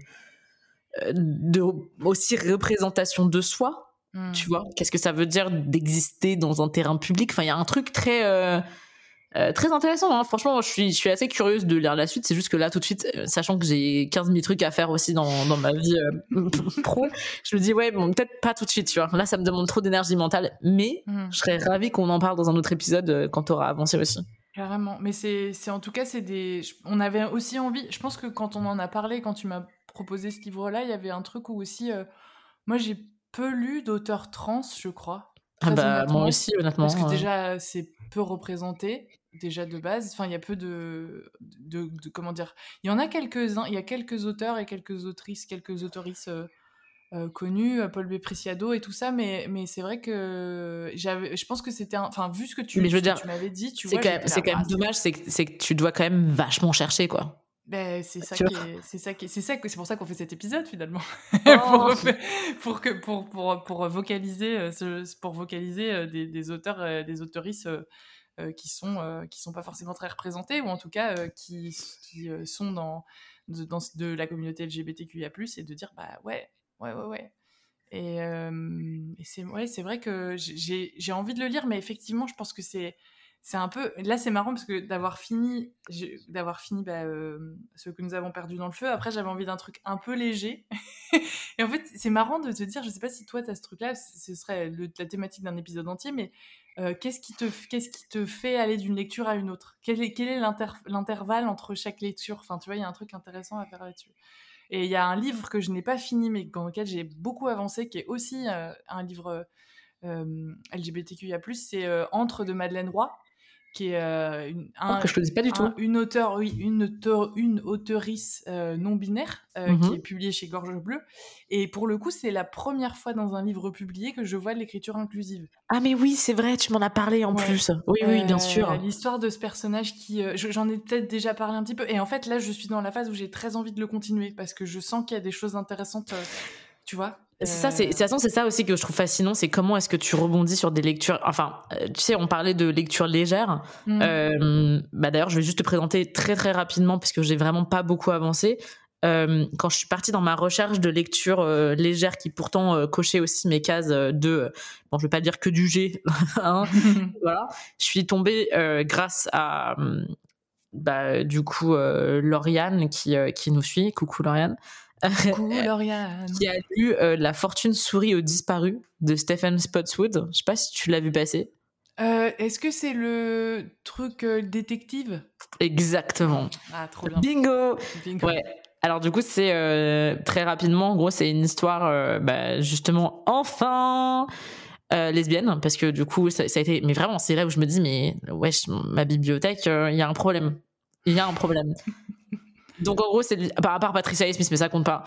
de aussi représentation de soi. Mmh. Tu vois, qu'est-ce que ça veut dire d'exister dans un terrain public. Enfin, il y a un truc très euh, euh, très intéressant. Hein. Franchement, je suis je suis assez curieuse de lire la suite. C'est juste que là, tout de suite, euh, sachant que j'ai quinze mille trucs à faire aussi dans dans ma vie euh, pro, je me dis ouais, bon, peut-être pas tout de suite. Tu vois, là, ça me demande trop d'énergie mentale. Mais mmh. je serais ravie qu'on en parle dans un autre épisode euh, quand t'auras avancé aussi. Carrément. Mais c'est c'est en tout cas c'est des. On avait aussi envie. Je pense que quand on en a parlé, quand tu m'as proposé ce livre-là, il y avait un truc où aussi. Euh, moi, j'ai peu lu d'auteurs trans, je crois. Ah bah moi aussi, honnêtement. Parce que déjà, c'est peu représenté. Déjà de base, enfin il y a peu de, de, de comment dire, il y en a quelques-uns, il y a quelques auteurs et quelques autrices, quelques autoristes euh, euh, connus, Paul B. Preciado et tout ça, mais mais c'est vrai que j'avais, je pense que c'était, enfin vu ce que tu, mais je veux ce dire, que tu m'avais dit, tu c'est vois, quand même, c'est quand même dommage, c'est que c'est que tu dois quand même vachement chercher quoi. Ben, c'est ça qui est, c'est ça qui est, c'est ça que c'est pour ça qu'on fait cet épisode finalement oh. pour, pour que pour pour pour vocaliser pour vocaliser des, des auteurs des autoristes euh, qui sont euh, qui sont pas forcément très représentés ou en tout cas euh, qui qui euh, sont dans de, dans de la communauté L G B T Q I A plus, et de dire bah ouais ouais ouais ouais et, euh, et c'est ouais c'est vrai que j'ai j'ai envie de le lire, mais effectivement je pense que c'est c'est un peu... Là, c'est marrant parce que d'avoir fini, j'ai- d'avoir fini bah, euh, ce que nous avons perdu dans le feu, après, j'avais envie d'un truc un peu léger. Et en fait, c'est marrant de te dire, je sais pas si toi, t'as ce truc-là, c- ce serait le- la thématique d'un épisode entier, mais euh, qu'est-ce qui te, f- qu'est-ce qui te fait aller d'une lecture à une autre? Quel est, quel est l'inter- l'intervalle entre chaque lecture? Enfin, tu vois, il y a un truc intéressant à faire là-dessus. Et il y a un livre que je n'ai pas fini, mais dans lequel j'ai beaucoup avancé, qui est aussi euh, un livre euh, L G B T Q I A plus, c'est euh, Entre de Madeleine Roy, qui est euh, une, Oh, un, que je connais pas du un- tout. une auteure, oui, une auteure, une auteurice euh, non binaire euh, qui est Mhm. publiée chez Gorge Bleue. Et pour le coup, c'est la première fois dans un livre publié que je vois de l'écriture inclusive. Ah mais oui, c'est vrai, tu m'en as parlé en Ouais. plus. Oui, oui, bien Euh, sûr. l'histoire de ce personnage qui, euh, je- j'en ai peut-être déjà parlé un petit peu. Et en fait, là, je suis dans la phase où j'ai très envie de le continuer parce que je sens qu'il y a des choses intéressantes, euh, tu vois. C'est ça, c'est, de Euh, toute façon, c'est ça aussi que je trouve fascinant, c'est comment est-ce que tu rebondis sur des lectures. Enfin, euh, tu sais, on parlait de lecture légère. hmm. Euh, bah d'ailleurs, je vais juste te présenter très très rapidement parce que j'ai vraiment pas beaucoup avancé. Euh, quand je suis partie dans ma recherche de lecture euh, légère qui pourtant euh, cochait aussi mes cases euh, de, euh, bon, je vais pas dire que du G, hein, voilà. Je suis tombée euh, grâce à, euh, bah, du coup, euh, Lauriane qui euh, qui nous suit. Coucou Lauriane. Coucou Lauriane. Qui a lu euh, La fortune sourit aux disparus de Stephen Spotswood. Je sais pas si tu l'as vu passer. Euh, est-ce que c'est le truc euh, détective? Exactement. Ah, trop bien. Bingo. Bingo. Ouais. Alors du coup, c'est euh, très rapidement, en gros, c'est une histoire, euh, bah, justement, enfin euh, lesbienne, parce que du coup, ça, ça a été, mais vraiment, c'est là où je me dis, mais wesh, ma bibliothèque, il euh, y a un problème. Il y a un problème. Donc en gros, c'est à part Patricia Highsmith, mais ça compte pas.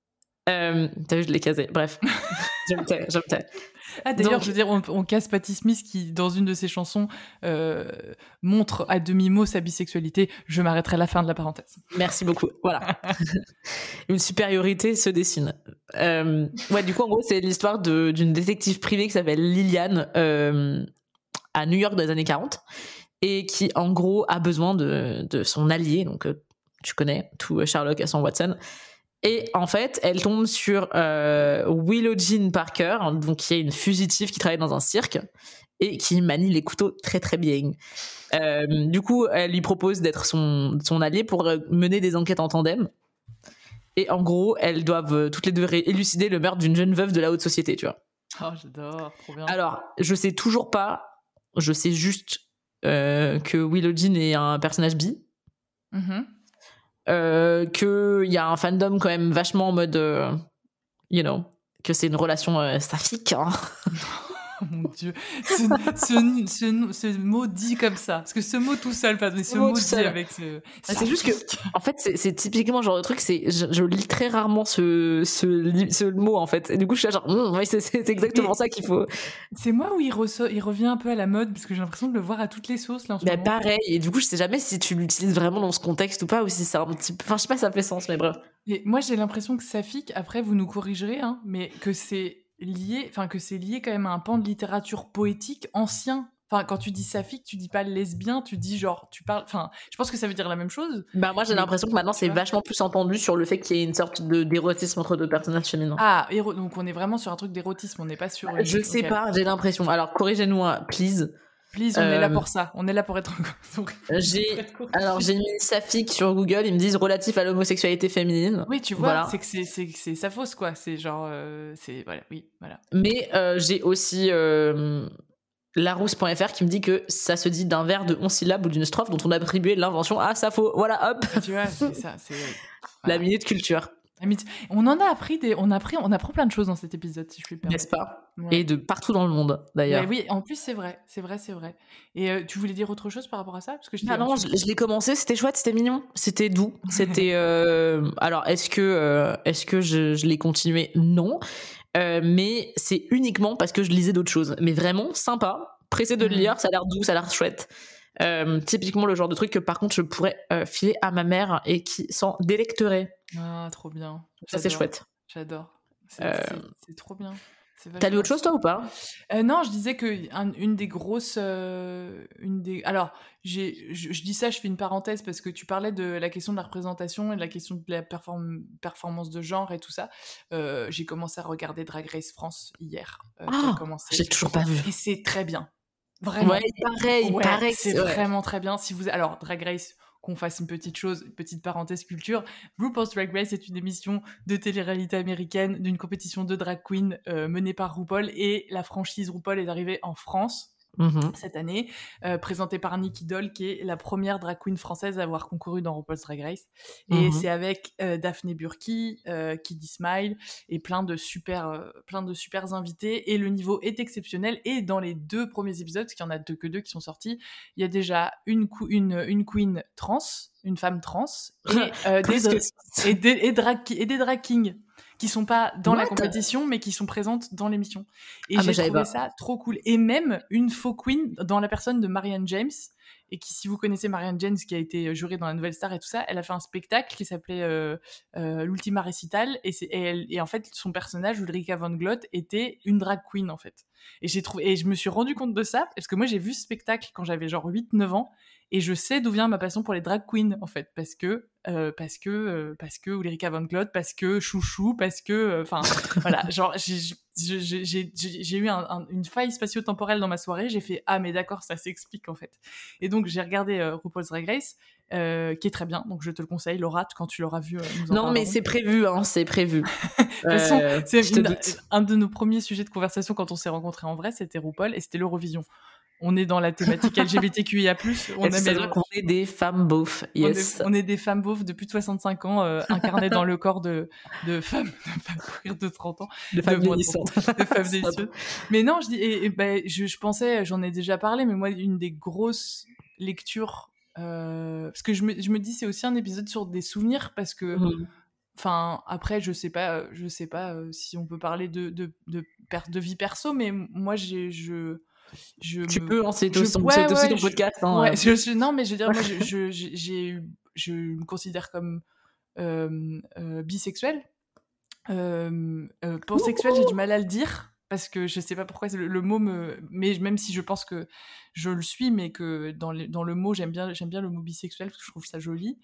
Euh, T'as vu, je l'ai casé. Bref, je me tais, je me tais. Ah, d'ailleurs, Donc, je veux dire, on, on casse Patti Smith qui, dans une de ses chansons, euh, montre à demi-mot sa bisexualité. Je m'arrêterai à la fin de la parenthèse. merci beaucoup. Voilà. Une supériorité se dessine. Euh, ouais, du coup, en gros, c'est l'histoire de, d'une détective privée qui s'appelle Liliane euh, à New York dans les années quarante et qui, en gros, a besoin de, de son allié. Donc, euh, tu connais tout Sherlock à son Watson. Et en fait, elle tombe sur euh, Willow Jean Parker, donc qui est une fugitive qui travaille dans un cirque et qui manie les couteaux très très bien. Euh, du coup, elle lui propose d'être son, son allié pour mener des enquêtes en tandem. Et en gros, elles doivent euh, toutes les deux ré- élucider le meurtre d'une jeune veuve de la haute société, tu vois. Oh, j'adore, trop bien. Alors, je sais toujours pas, je sais juste euh, que Willow Jean est un personnage bi. Mm-hmm. Euh, qu'il y a un fandom quand même vachement en mode, euh, you know, que c'est une relation euh, saphique. Hein. Oh mon Dieu, ce, ce, ce, ce mot dit comme ça. Parce que ce mot tout seul, pas, mais ce Le mot mot tout dit seul. avec ce. Ah, c'est juste que, en fait, c'est, c'est typiquement genre de truc, c'est, je, je lis très rarement ce, ce, li- ce mot, en fait. Et du coup, je suis là genre, Hum, oui, c'est, c'est exactement Mais ça qu'il faut. c'est moi où il, reço- il revient un peu à la mode, parce que j'ai l'impression de le voir à toutes les sauces là en ce Mais moment. pareil. Et du coup, je sais jamais si tu l'utilises vraiment dans ce contexte ou pas, ou si c'est un petit peu, enfin, je sais pas si ça fait sens, mais bref. Et moi, j'ai l'impression que saphique, après vous nous corrigerez, hein, mais que c'est lié, enfin que c'est lié quand même à un pan de littérature poétique ancien. Enfin, quand tu dis saphique, tu dis pas lesbien, tu dis genre, tu parles. Enfin, je pense que ça veut dire la même chose. Bah, moi, j'ai Mais l'impression que maintenant, tu c'est vois. vachement plus entendu sur le fait qu'il y ait une sorte de, d'érotisme entre deux personnages féminins. Ah, éro- donc on est vraiment sur un truc d'érotisme, on n'est pas sur. Une... Je sais Ok. pas, j'ai l'impression. Alors, corrigez-nous, hein, please. Please, on est là Euh, pour ça. On est là pour être. J'ai, alors, j'ai mis saphique sur Google, ils me disent relatif à l'homosexualité féminine. Oui, tu vois, Voilà. c'est que c'est c'est que c'est ça fausse quoi. C'est genre, euh, c'est voilà, oui, voilà. Mais euh, j'ai aussi euh, larousse point f r qui me dit que ça se dit d'un vers de onze syllabes ou d'une strophe dont on a attribué l'invention à Sappho. Voilà, hop, Tu vois, c'est ça. C'est la voilà. minute culture, La myth- On en a appris des, on a appris, on apprend plein de choses dans cet épisode, si je puis me n'est-ce permettre. pas? Ouais. Et de partout dans le monde, d'ailleurs. Mais oui, en plus c'est vrai, c'est vrai, c'est vrai. Et euh, tu voulais dire autre chose par rapport à ça, parce que je t'ai Ah non, je, je l'ai commencé, c'était chouette, c'était mignon, c'était doux, c'était. Euh... Alors, est-ce que, euh, est-ce que je, je l'ai continué? Non, euh, mais c'est uniquement parce que je lisais d'autres choses. Mais vraiment sympa, pressé de le Mhm. lire, ça a l'air doux, ça a l'air chouette. Euh, typiquement le genre de truc que par contre je pourrais euh, filer à ma mère et qui s'en délecterait. Ah, trop bien. Ça c'est J'adore, chouette. J'adore. C'est Euh, c'est- c'est trop bien. C'est T'as lu vachement- autre chose toi ou pas? Euh, non, je disais que un- une des grosses, euh, une des. Alors, j'ai, je, je dis ça, je fais une parenthèse parce que tu parlais de la question de la représentation et de la question de la perform- performance de genre et tout ça. Euh, j'ai commencé à regarder Drag Race France hier. euh, qui a Ah, commencé. j'ai toujours pas vu. Et c'est très bien. Vraiment. Ouais, il paraît, il ouais, paraît. C'est ouais. vraiment très bien. Si vous, alors Drag Race, qu'on fasse une petite chose, une petite parenthèse culture. RuPaul's Drag Race est une émission de télé-réalité américaine d'une compétition de drag queen euh, menée par RuPaul, et la franchise RuPaul est arrivée en France. Mmh. Cette année, euh, présentée par Nicky Doll, qui est la première drag queen française à avoir concouru dans RuPaul's Drag Race. Et mmh. c'est avec euh, Daphné Burki, euh, Kiddy Smile et plein de super, euh, plein de super invités. Et le niveau est exceptionnel. Et dans les deux premiers épisodes, parce qu'il y en a deux que deux qui sont sortis, il y a déjà une, une, une queen trans, une femme trans, et, euh, des, que... et, des, et, drag, et des drag kings qui sont pas dans What? La compétition, mais qui sont présentes dans l'émission. Et ah j'ai bah, trouvé pas. ça trop cool. Et même une faux queen dans la personne de Marianne James, et qui, si vous connaissez Marianne James, qui a été jurée dans la Nouvelle Star et tout ça, elle a fait un spectacle qui s'appelait euh, euh, l'Ultima Recital, et, c'est, et, elle, et en fait, son personnage, Ulrika von Glott, était une drag queen, en fait. Et, j'ai trouvé, et je me suis rendu compte de ça, parce que moi, j'ai vu ce spectacle quand j'avais genre huit neuf ans, et je sais d'où vient ma passion pour les drag queens, en fait, parce que euh, parce que euh, parce que Ulrika von Glott, parce que Chouchou, parce que enfin euh, voilà, genre j'ai j'ai j'ai, j'ai, j'ai eu un, un, une faille spatio-temporelle dans ma soirée, j'ai fait ah mais d'accord, ça s'explique en fait. Et donc j'ai regardé euh, RuPaul's Drag Race, euh, qui est très bien, donc je te le conseille, Laura, quand tu l'auras vu. Euh, nous en non mais c'est prévu, hein, c'est prévu. De toute façon, euh, c'est une, un de nos premiers sujets de conversation quand on s'est rencontrés en vrai, c'était RuPaul et c'était l'Eurovision. On est dans la thématique L G B T Q I A plus. On c'est vrai qu'on est des femmes beaufs, yes. On est, on est des femmes beaufs de plus de soixante-cinq ans, euh, incarnées dans le corps de, de femmes, de femmes de trente ans. De femmes vieillissantes. De femmes délicieuses. Mais non, je dis, et, et ben, je, je pensais, j'en ai déjà parlé, mais moi, une des grosses lectures, euh, parce que je me, je me dis, c'est aussi un épisode sur des souvenirs, parce que, enfin, mmh. après, je sais pas, je sais pas euh, si on peut parler de, de, de perte de vie perso, mais moi, j'ai, je, Je tu me... peux, hein, c'est, je... aussi, ouais, c'est ouais, aussi ton je... podcast. Hein, ouais, euh... je suis... Non, mais je veux dire, moi, je, je, j'ai, je me considère comme euh, euh, bisexuelle. Euh, euh, pansexuelle, j'ai du mal à le dire, parce que je sais pas pourquoi le, le mot me... Mais même si je pense que je le suis, mais que dans, les, dans le mot, j'aime bien, j'aime bien le mot bisexuel, parce que je trouve ça joli.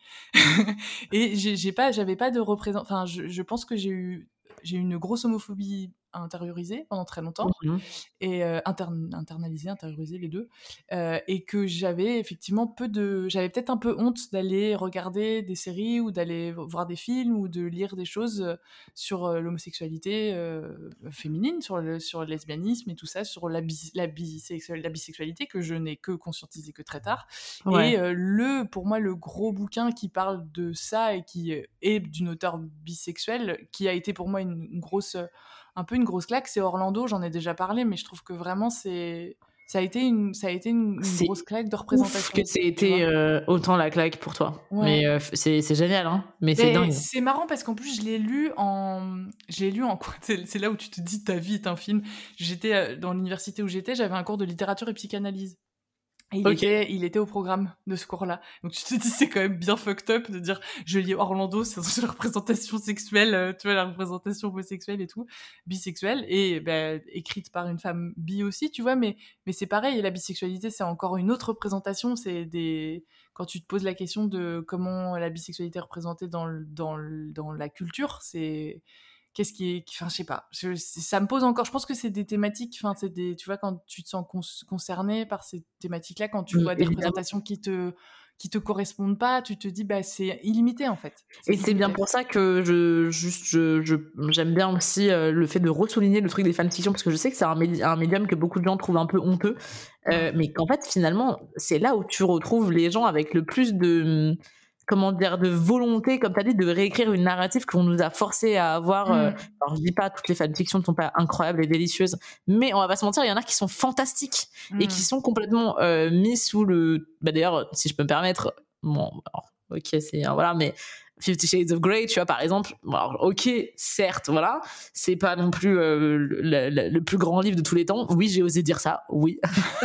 Et j'ai, j'ai pas, j'avais pas de représentation... Enfin, je, je pense que j'ai eu, j'ai eu une grosse homophobie intériorisée pendant très longtemps, mmh. et euh, interne, internalisée, intériorisée, les deux, euh, et que j'avais effectivement peu de... J'avais peut-être un peu honte d'aller regarder des séries ou d'aller voir des films ou de lire des choses sur euh, l'homosexualité euh, féminine, sur le, sur le lesbianisme et tout ça, sur la, bis, la, bisexual, la bisexualité que je n'ai que conscientisé que très tard. Ouais. Et euh, le, pour moi, le gros bouquin qui parle de ça et qui est d'une auteure bisexuelle, qui a été pour moi une, une grosse... un peu une grosse claque, c'est Orlando, j'en ai déjà parlé, mais je trouve que vraiment c'est ça a été une ça a été une, une grosse claque de représentation. Ouf que c'est été euh, autant la claque pour toi. Ouais. Mais euh, c'est c'est génial, hein. Mais, mais c'est dingue. C'est marrant parce qu'en plus je l'ai lu en je l'ai lu en quoi, c'est, c'est là où tu te dis ta vie est un film. J'étais dans l'université où j'étais, j'avais un cours de littérature et psychanalyse. Et il, okay. était, il était au programme de ce cours-là. Donc tu te dis, c'est quand même bien fucked up de dire, je lis Orlando, c'est la représentation sexuelle, tu vois, la représentation homosexuelle et tout, bisexuelle, et bah, écrite par une femme bi aussi, tu vois, mais, mais c'est pareil, et la bisexualité, c'est encore une autre représentation, c'est des... Quand tu te poses la question de comment la bisexualité est représentée dans, dans, dans la culture, c'est... Qu'est-ce qui est, enfin, je sais pas, je, ça me pose encore, je pense que c'est des thématiques, enfin, c'est des, tu vois, quand tu te sens con, concerné par ces thématiques-là, quand tu mmh, vois des évidemment. représentations qui te, qui te correspondent pas, tu te dis, bah, c'est illimité, en fait. C'est Et illimité. C'est bien pour ça que je, juste, je, je, j'aime bien aussi euh, le fait de ressouligner le truc des fanfictions, parce que je sais que c'est un, médi- un médium que beaucoup de gens trouvent un peu honteux, euh, mais qu'en fait, finalement, c'est là où tu retrouves les gens avec le plus de, comment dire, de volonté, comme tu as dit, de réécrire une narrative qu'on nous a forcé à avoir. Mmh. Euh, alors, je dis pas, toutes les fanfictions ne sont pas incroyables et délicieuses, mais on va pas se mentir, il y en a qui sont fantastiques mmh. et qui sont complètement euh, mis sous le... Bah, d'ailleurs, si je peux me permettre, bon, alors, ok, c'est... Voilà, mais... Fifty Shades of Grey, tu vois, par exemple, alors, ok, certes, voilà, c'est pas non plus euh, le, le, le plus grand livre de tous les temps. Oui, j'ai osé dire ça, oui.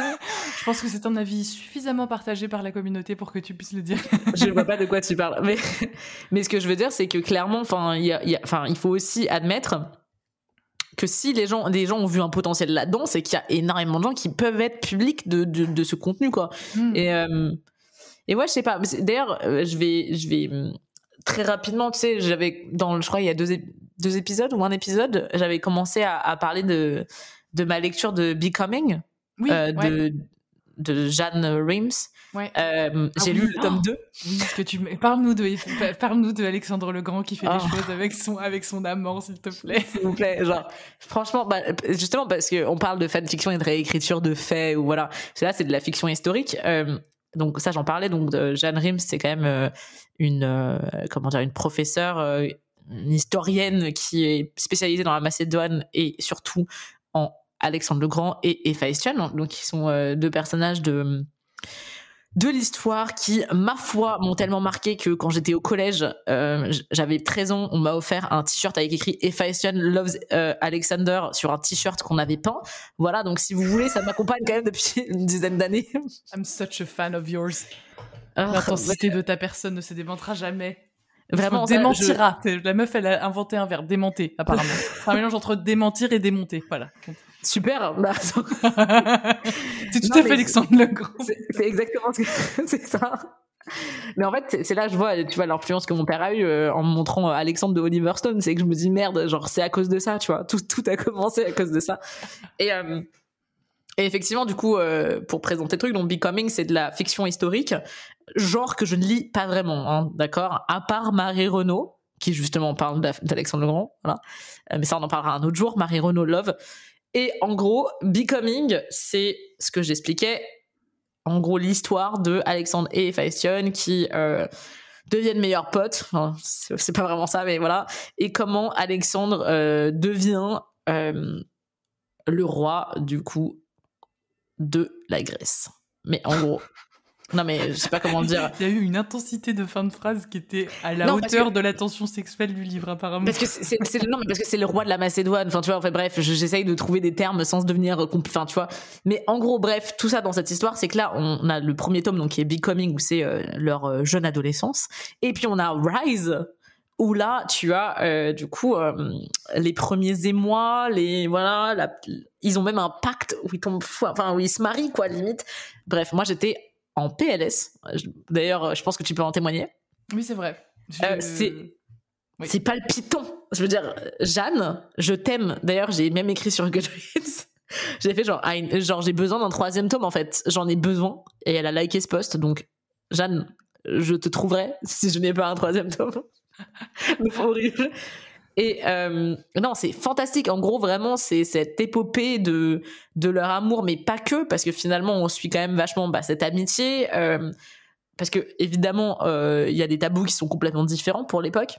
Je pense que c'est un avis suffisamment partagé par la communauté pour que tu puisses le dire. Je ne vois pas de quoi tu parles. Mais, mais ce que je veux dire, c'est que clairement, il y a, y a, il faut aussi admettre que si les gens, les gens ont vu un potentiel là-dedans, c'est qu'il y a énormément de gens qui peuvent être publics de, de, de ce contenu, quoi. Mm. Et, euh, et ouais, je sais pas. D'ailleurs, je vais... Je vais très rapidement, tu sais, j'avais dans, je crois, il y a deux, ép- deux épisodes ou un épisode, j'avais commencé à, à parler de, de ma lecture de Becoming, oui, euh, de, ouais. de Jeanne Rimes. Ouais. Euh, Ah j'ai oui. lu le tome Oh deux. Oui, que tu parle-nous de parle-nous de Alexandre le Grand qui fait Oh. des choses avec son avec son amant, s'il te plaît. S'il vous plaît, genre franchement, bah, justement parce que on parle de fanfiction et de réécriture de faits ou voilà, c'est là c'est de la fiction historique. Euh, donc ça j'en parlais. Donc euh, Jeanne Rimes c'est quand même euh, une euh, comment dire une professeure, euh, une historienne qui est spécialisée dans la Macédoine et surtout en Alexandre le Grand et Héphaïstion, donc qui sont euh, deux personnages de de l'histoire qui, ma foi, m'ont tellement marqué que quand j'étais au collège, euh, j'avais treize ans, on m'a offert un t-shirt avec écrit Héphaïstion loves euh, Alexander sur un t-shirt qu'on avait peint. Voilà, donc si vous voulez, ça m'accompagne quand même depuis une dizaine d'années. I'm such a fan of yours. Oh, L'intensité de ta personne ne se démentera jamais. Vraiment, ça, démentira. Je... La meuf, elle a inventé un verbe, démonter, apparemment. C'est un mélange entre démentir et démonter. Voilà. Super. Bah, c'est tout non, à fait Alexandre le Grand. C'est, c'est exactement ce que c'est ça. Mais en fait, c'est, c'est là que je vois, tu vois, l'influence que mon père a eue euh, en me montrant Alexandre de Oliver Stone. C'est que je me dis merde, genre c'est à cause de ça, tu vois. Tout, tout a commencé à cause de ça. Et, euh, et effectivement, du coup, euh, pour présenter le truc, donc Becoming, c'est de la fiction historique, genre que je ne lis pas vraiment, hein, d'accord. À part Marie Renaud, qui justement parle d'Alexandre le Grand, voilà. Euh, mais ça, on en parlera un autre jour. Marie Renaud Love. Et en gros, Becoming, c'est ce que j'expliquais, en gros l'histoire de Alexandre et Héphaïstion qui euh, deviennent meilleurs potes, enfin, c'est, c'est pas vraiment ça, mais voilà, et comment Alexandre euh, devient euh, le roi, du coup, de la Grèce. Mais en gros... Non mais je sais pas comment le dire. Il y a eu une intensité de fin de phrase qui était à la non, hauteur que... de la tension sexuelle du livre apparemment. Parce que c'est, c'est non mais parce que c'est le roi de la Macédoine. Enfin tu vois. Enfin bref, j'essaye de trouver des termes sans devenir enfin tu vois. Mais en gros bref, tout ça dans cette histoire, c'est que là on a le premier tome donc qui est Becoming où c'est euh, leur euh, jeune adolescence, et puis on a Rise où là tu as euh, du coup euh, les premiers émois, les voilà, la... ils ont même un pacte où ils tombent fou... enfin où ils se marient quoi limite. Bref, moi j'étais en P L S. D'ailleurs, je pense que tu peux en témoigner. Oui, c'est vrai. Je... Euh, c'est... Oui. C'est palpitant. Je veux dire, Jeanne, je t'aime. D'ailleurs, j'ai même écrit sur Goodreads. J'ai fait genre, genre, j'ai besoin d'un troisième tome, en fait. J'en ai besoin. Et elle a liké ce post. Donc, Jeanne, je te trouverai si je n'ai pas un troisième tome. C'est horrible. Et euh, non, c'est fantastique. En gros, vraiment, c'est cette épopée de de leur amour, mais pas que, parce que finalement, on suit quand même vachement bah, cette amitié. Euh, parce que évidemment, il euh, y a des tabous qui sont complètement différents pour l'époque.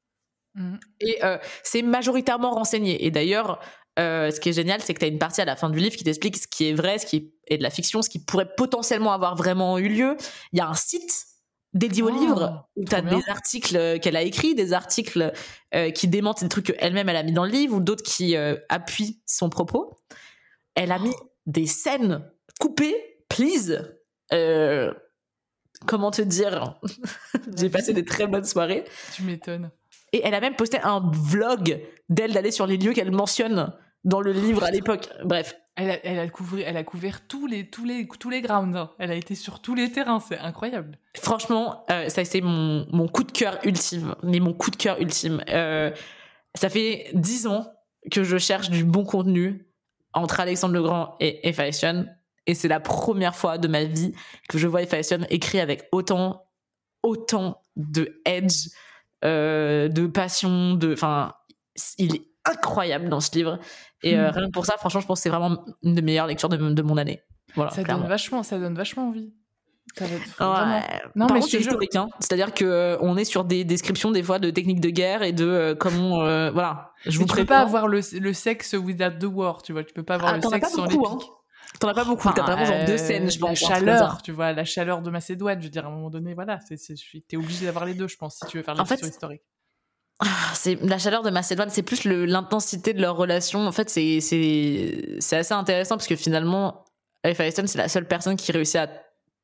Mmh. Et euh, c'est majoritairement renseigné. Et d'ailleurs, euh, ce qui est génial, c'est que tu as une partie à la fin du livre qui t'explique ce qui est vrai, ce qui est de la fiction, ce qui pourrait potentiellement avoir vraiment eu lieu. Il y a un site dédié au oh, livre où tu as des articles qu'elle a écrits, des articles euh, qui démentent des trucs qu'elle-même elle a mis dans le livre ou d'autres qui euh, appuient son propos. Elle a mis des scènes coupées, please. Euh, comment te dire j'ai passé des très bonnes soirées. Tu m'étonnes. Et elle a même posté un vlog d'elle d'aller sur les lieux qu'elle mentionne dans le livre à l'époque. Bref. Elle a, elle a couvert, elle a couvert tous les, tous les, tous les grounds. Hein. Elle a été sur tous les terrains. C'est incroyable. Franchement, euh, ça c'est mon, mon coup de cœur ultime. Mais mon coup de cœur ultime. Euh, ça fait dix ans que je cherche du bon contenu entre Alexandre le Grand et Héphaïstion. Et c'est la première fois de ma vie que je vois Héphaïstion écrit avec autant, autant de edge, euh, de passion, de, enfin, il est incroyable dans ce livre. Et euh, mmh. rien que pour ça, franchement, je pense que c'est vraiment une des meilleures lectures de, de mon année. Voilà, ça clairement. donne vachement, ça donne vachement envie. Ça va être vraiment... ouais. Non, Par mais contre, c'est historique, hein. C'est-à-dire que euh, on est sur des descriptions des fois de techniques de guerre et de euh, comment, euh, voilà. Je vous tu peux pas avoir le, le sexe without the war, tu vois. Tu peux pas avoir ah, le sexe sans l'épique. Hein. T'en as pas beaucoup. Enfin, t'as vraiment genre euh, deux scènes, je pense. La chaleur, tu vois, la chaleur de Macédoine. Je veux dire, à un moment donné, voilà, c'est, c'est, t'es obligé d'avoir les deux, je pense, si tu veux faire la fiction historique. C'est la chaleur de Macédoine, c'est plus le, l'intensité de leur relation. En fait, c'est c'est c'est assez intéressant parce que finalement, Héphaïstion, c'est la seule personne qui réussit à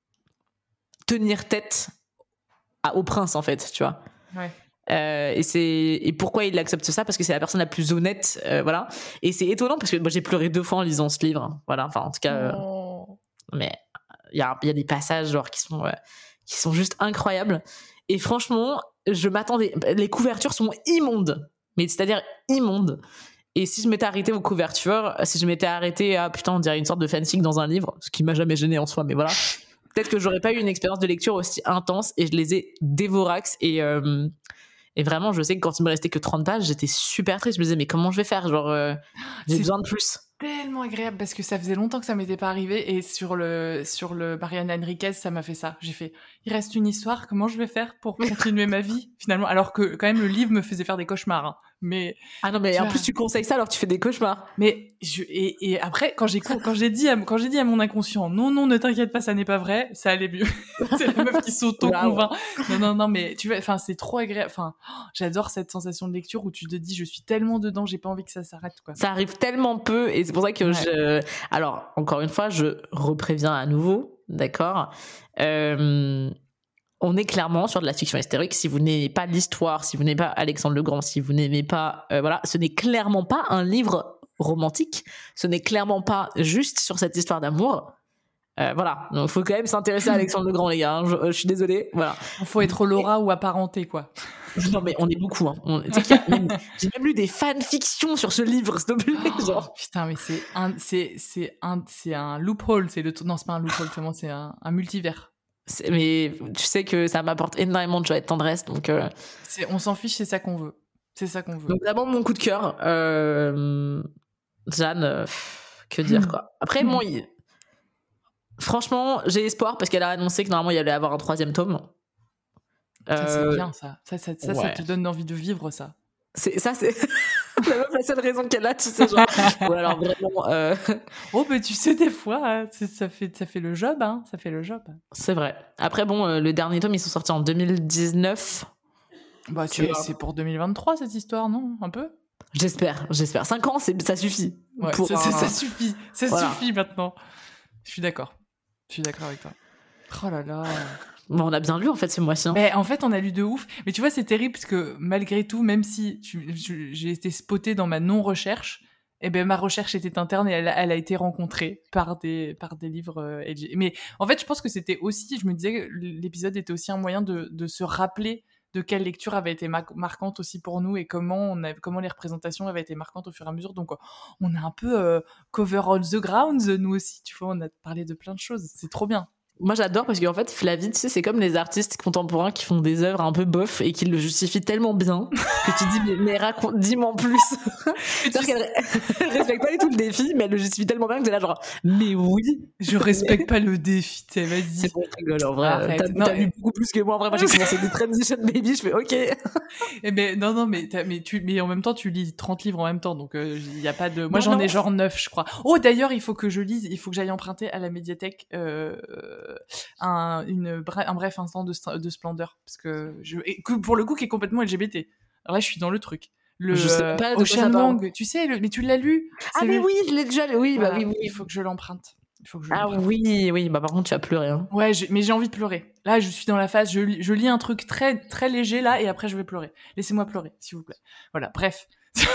tenir tête à, au prince, en fait, tu vois. Ouais. Euh, et c'est et pourquoi il accepte ça, parce que c'est la personne la plus honnête, euh, voilà. Et c'est étonnant parce que moi j'ai pleuré deux fois en lisant ce livre, voilà. Enfin, en tout cas, oh. euh, mais il y a il y a des passages genre qui sont euh, qui sont juste incroyables. Et franchement, je m'attendais. Les couvertures sont immondes, mais c'est-à-dire immondes. Et si je m'étais arrêtée aux couvertures, si je m'étais arrêtée à, putain, on dirait une sorte de fanfic dans un livre, ce qui m'a jamais gêné en soi, mais voilà, peut-être que j'aurais pas eu une expérience de lecture aussi intense, et je les ai dévorax, et, euh, et vraiment, je sais que quand il me restait que trente pages, j'étais super triste, je me disais, mais comment je vais faire, genre, euh, j'ai C'est besoin de plus. Tellement agréable parce que ça faisait longtemps que ça m'était pas arrivé et sur le sur le Mariana Enriquez ça m'a fait ça. J'ai fait il reste une histoire, comment je vais faire pour continuer ma vie finalement alors que quand même le livre me faisait faire des cauchemars hein. Mais ah non mais en vois... plus tu conseilles ça alors que tu fais des cauchemars. Mais je et, et après quand j'ai quand j'ai dit à, quand j'ai dit à mon inconscient non non ne t'inquiète pas ça n'est pas vrai, ça allait mieux. C'est la meuf qui s'auto-convainc. Wow. Non non non mais tu vois enfin c'est trop agréable. Enfin oh, j'adore cette sensation de lecture où tu te dis je suis tellement dedans, j'ai pas envie que ça s'arrête quoi. Ça arrive tellement peu et c'est pour ça que ouais. je alors encore une fois je repréviens à nouveau, d'accord. Euh... On est clairement sur de la fiction historique. Si vous n'aimez pas l'histoire, si vous n'aimez pas Alexandre le Grand, si vous n'aimez pas, euh, voilà, ce n'est clairement pas un livre romantique. Ce n'est clairement pas juste sur cette histoire d'amour. Euh, voilà, donc faut quand même s'intéresser à Alexandre le Grand, les gars. Hein. Je, je suis désolée. Voilà. Il faut être Laura ou apparenté, quoi. Non mais on est beaucoup. Hein. On, qu'il y a même, j'ai même lu des fanfictions sur ce livre, s'il te plaît. Oh, genre. Putain, mais c'est un, c'est, c'est un, c'est un loophole. C'est le, non, c'est pas un loophole, c'est, c'est un, un multivers. C'est, mais tu sais que ça m'apporte énormément de joie et de tendresse, donc. Euh... C'est, on s'en fiche, c'est ça qu'on veut. C'est ça qu'on veut. Donc d'abord mon coup de cœur, euh... Jeanne, euh, que dire quoi. Après bon, il... franchement j'ai espoir parce qu'elle a annoncé que normalement il y allait avoir un troisième tome. Ça euh... c'est bien ça. Ça, ça, ça, ouais. ça te donne envie de vivre ça. C'est ça c'est. La meuf, la seule raison qu'elle a, tu sais, genre. Ou alors vraiment. Euh... Oh, mais tu sais, des fois, ça fait, ça fait le job, hein. Ça fait le job. C'est vrai. Après, bon, euh, le dernier tome, ils sont sortis en deux mille dix-neuf. Bah, c'est, c'est pour deux mille vingt-trois, cette histoire, non? Un peu? J'espère, j'espère. Cinq ans, c'est, ça suffit. Ouais, pour ça, un... ça, ça suffit. Ça voilà. suffit maintenant. Je suis d'accord. Je suis d'accord avec toi. Oh là là. Bon, on a bien lu en fait ce mois-ci. Hein. Mais en fait, on a lu de ouf. Mais tu vois, c'est terrible parce que malgré tout, même si tu, je, j'ai été spotée dans ma non-recherche, eh ben ma recherche était interne et elle, elle a été rencontrée par des par des livres. Euh, mais en fait, je pense que c'était aussi, je me disais, que l'épisode était aussi un moyen de de se rappeler de quelle lecture avait été mar- marquante aussi pour nous et comment on a, comment les représentations avaient été marquantes au fur et à mesure. Donc, on a un peu euh, cover all the grounds, nous aussi. Tu vois, on a parlé de plein de choses. C'est trop bien. Moi, j'adore parce qu'en fait, Flavie, tu sais, c'est comme les artistes contemporains qui font des œuvres un peu bof et qui le justifient tellement bien que tu dis, mais, mais raconte, dis-moi en plus. C'est-à-dire qu'elle respecte pas du tout le défi, mais elle le justifie tellement bien que t'es là, genre, mais oui. Je respecte pas le défi, t'sais, vas-y. C'est bon, je rigole, en vrai. Arrête. T'as, non, t'as lu beaucoup plus que moi, en vrai. Moi, j'ai commencé des Transition Baby, je fais, ok. Et mais, non, non, mais, mais tu, mais en même temps, tu lis trente livres en même temps, donc, il euh, y a pas de, moi, non, j'en non. ai genre neuf, je crois. Oh, d'ailleurs, il faut que je lise, il faut que j'aille emprunter à la médiathèque, euh, un, une, un bref instant de, de splendeur, parce que je, et que pour le coup, qui est complètement L G B T. Alors là, je suis dans le truc. Le je sais pas Ocean Lang, tu sais, le, mais tu l'as lu? Ah, mais le... oui, je l'ai déjà lu, oui, voilà, bah oui, oui. Il faut que je l'emprunte. Il faut que je ah l'emprunte. oui, oui, bah par contre, tu as pleuré, hein. Ouais, je, mais j'ai envie de pleurer. Là, je suis dans la phase, je lis, je lis un truc très, très léger, là, et après, je vais pleurer. Laissez-moi pleurer, s'il vous plaît. Voilà, bref.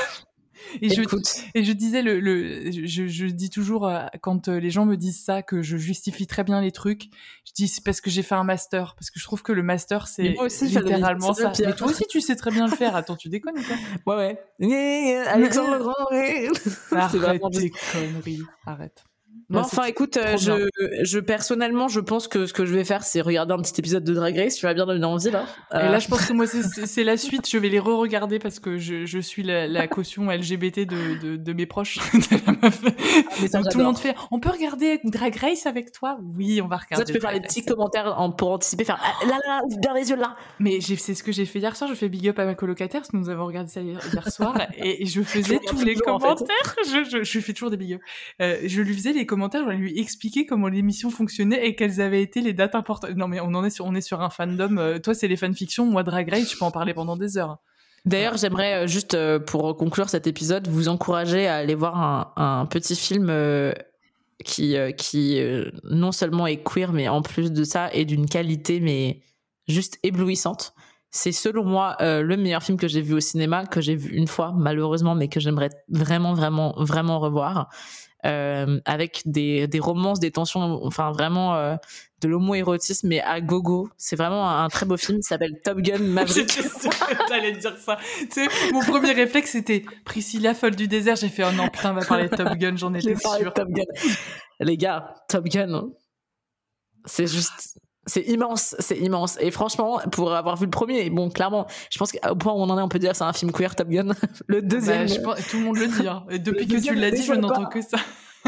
Et je, et je disais, le, le, je, je dis toujours, euh, quand euh, les gens me disent ça, que je justifie très bien les trucs, je dis c'est parce que j'ai fait un master, parce que je trouve que le master, c'est aussi, littéralement ça. Mais toi aussi, tu sais très bien le faire. Attends, tu déconnes ou quoi? Ouais, ouais. Alexandre le Grand, ouais. Arrête tes conneries, arrête. Bon, enfin, écoute, euh, je, je, personnellement, je pense que ce que je vais faire, c'est regarder un petit épisode de Drag Race. Tu vas bien donner envie, là. Euh... Et là, je pense que moi, c'est, c'est, c'est la suite. Je vais les re-regarder parce que je, je suis la, la caution L G B T de, de, de mes proches. ah, mais ça, tout le monde fait, on peut regarder Drag Race avec toi? Oui, on va regarder. Ça, tu peux faire les petits commentaires en, pour anticiper, faire, ah, là, là, ouvre bien les yeux, là. Mais j'ai, c'est ce que j'ai fait hier soir. Je fais big up à ma colocataire parce que nous avons regardé ça hier, hier soir et, et je faisais tous les commentaires. En fait. je, je, je fais toujours des big up. Euh, je lui faisais les commentaires, je lui expliquer comment l'émission fonctionnait et quelles avaient été les dates importantes. Non mais on en est sur, on est sur un fandom. Euh, toi c'est les fanfictions, moi Drag Race, je peux en parler pendant des heures. D'ailleurs, voilà. J'aimerais euh, juste euh, pour conclure cet épisode vous encourager à aller voir un, un petit film euh, qui euh, qui euh, non seulement est queer mais en plus de ça est d'une qualité mais juste éblouissante. C'est selon moi euh, le meilleur film que j'ai vu au cinéma, que j'ai vu une fois malheureusement, mais que j'aimerais vraiment vraiment vraiment revoir. euh, avec des, des romances, des tensions, enfin vraiment euh, de l'homo-érotisme, mais à gogo. C'est vraiment un, un très beau film, il s'appelle Top Gun Maverick. J'étais sûre que t'allais dire ça. Tu sais, mon premier réflexe, c'était Priscilla, folle du désert. J'ai fait, oh non, putain, on va parler de Top Gun, j'en étais sûre. Top Gun. Les gars, Top Gun, hein. C'est juste... C'est immense, c'est immense. Et franchement, pour avoir vu le premier, bon, clairement, je pense qu'au point où on en est, on peut dire que c'est un film queer, Top Gun. Le deuxième... Bah, je pense, tout le monde le dit. Hein. Et depuis que tu l'as dit, je n'entends que ça.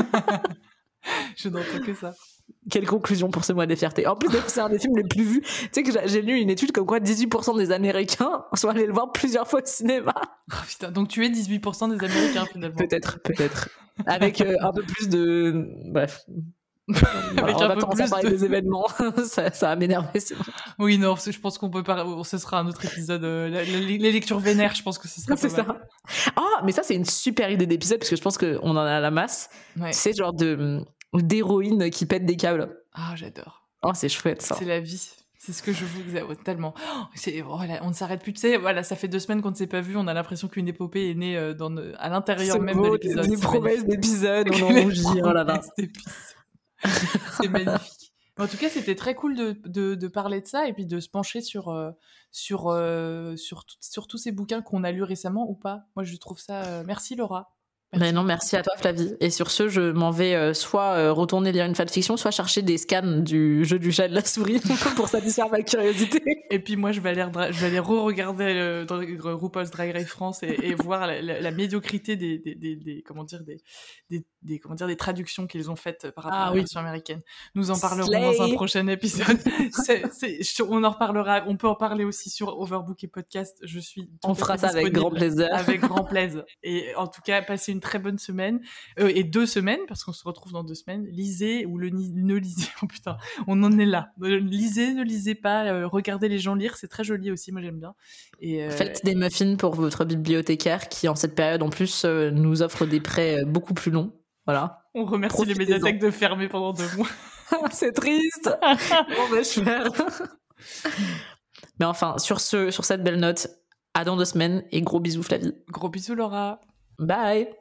Je n'entends que ça. Quelle conclusion pour ce mois des fiertés. En plus, c'est un des films les plus vus. Tu sais que j'ai lu une étude comme quoi dix-huit pour cent des Américains sont allés le voir plusieurs fois au cinéma. Oh, putain, donc tu es dix-huit pour cent des Américains finalement. Peut-être, peut-être. Avec euh, un peu plus de... Bref... Avec voilà, un on va peu plus parler de... des événements. ça, ça va m'énerver. C'est bon. Oui, non, je pense qu'on peut pas. Ce sera un autre épisode. Euh, la, la, les lectures vénères, je pense que ce sera pas c'est mal. ça. Ah, mais ça, c'est une super idée d'épisode parce que je pense qu'on en a à la masse. Ouais. C'est genre de d'héroïne qui pète des câbles. Ah, j'adore. Oh, c'est chouette ça. C'est la vie. C'est ce que je vous disais, oh, tellement. Oh, c'est, oh, là, on ne s'arrête plus. Tu sais, voilà, ça fait deux semaines qu'on ne s'est pas vu. On a l'impression qu'une épopée est née euh, dans, à l'intérieur c'est même beau, de l'épisode. Des promesses d'épisode, on en rougit. Oh là là. C'est magnifique. En tout cas, c'était très cool de, de, de parler de ça et puis de se pencher sur, euh, sur, euh, sur, tout, sur tous ces bouquins qu'on a lus récemment ou pas. Moi, je trouve ça... Euh... Merci, Laura. Merci. Ben non, merci à toi, Flavie. Et sur ce, je m'en vais euh, soit euh, retourner lire une fanfiction, soit chercher des scans du jeu du chat et de la souris pour satisfaire ma curiosité. Et puis moi, je vais aller, dra- je vais aller re-regarder euh, euh, RuPaul's Drag Race France et, et voir la, la, la médiocrité des, des, des, des, comment dire, des, des, des, comment dire, des traductions qu'ils ont faites par rapport ah, à la oui. version américaine. Nous en parlerons Slay. Dans un prochain épisode. c'est, c'est, on en reparlera. On peut en parler aussi sur Overbook et Podcast. Je suis. On fera ça avec grand plaisir. Avec grand plaisir. Et en tout cas, passez une très bonne semaine euh, et deux semaines parce qu'on se retrouve dans deux semaines. Lisez ou le ni- ne lisez. Oh putain, on en est là. Lisez, ne lisez pas. Euh, regardez les gens lire, c'est très joli aussi. Moi j'aime bien. Et euh... faites des muffins pour votre bibliothécaire qui en cette période en plus euh, nous offre des prêts beaucoup plus longs. Voilà. On remercie Profitez-en. Les médiathèques de fermer pendant deux mois. C'est triste. Bon, ben, je faire. Mais enfin, sur ce, sur cette belle note, à dans deux semaines et gros bisous Flavie. Gros bisous Laura. Bye.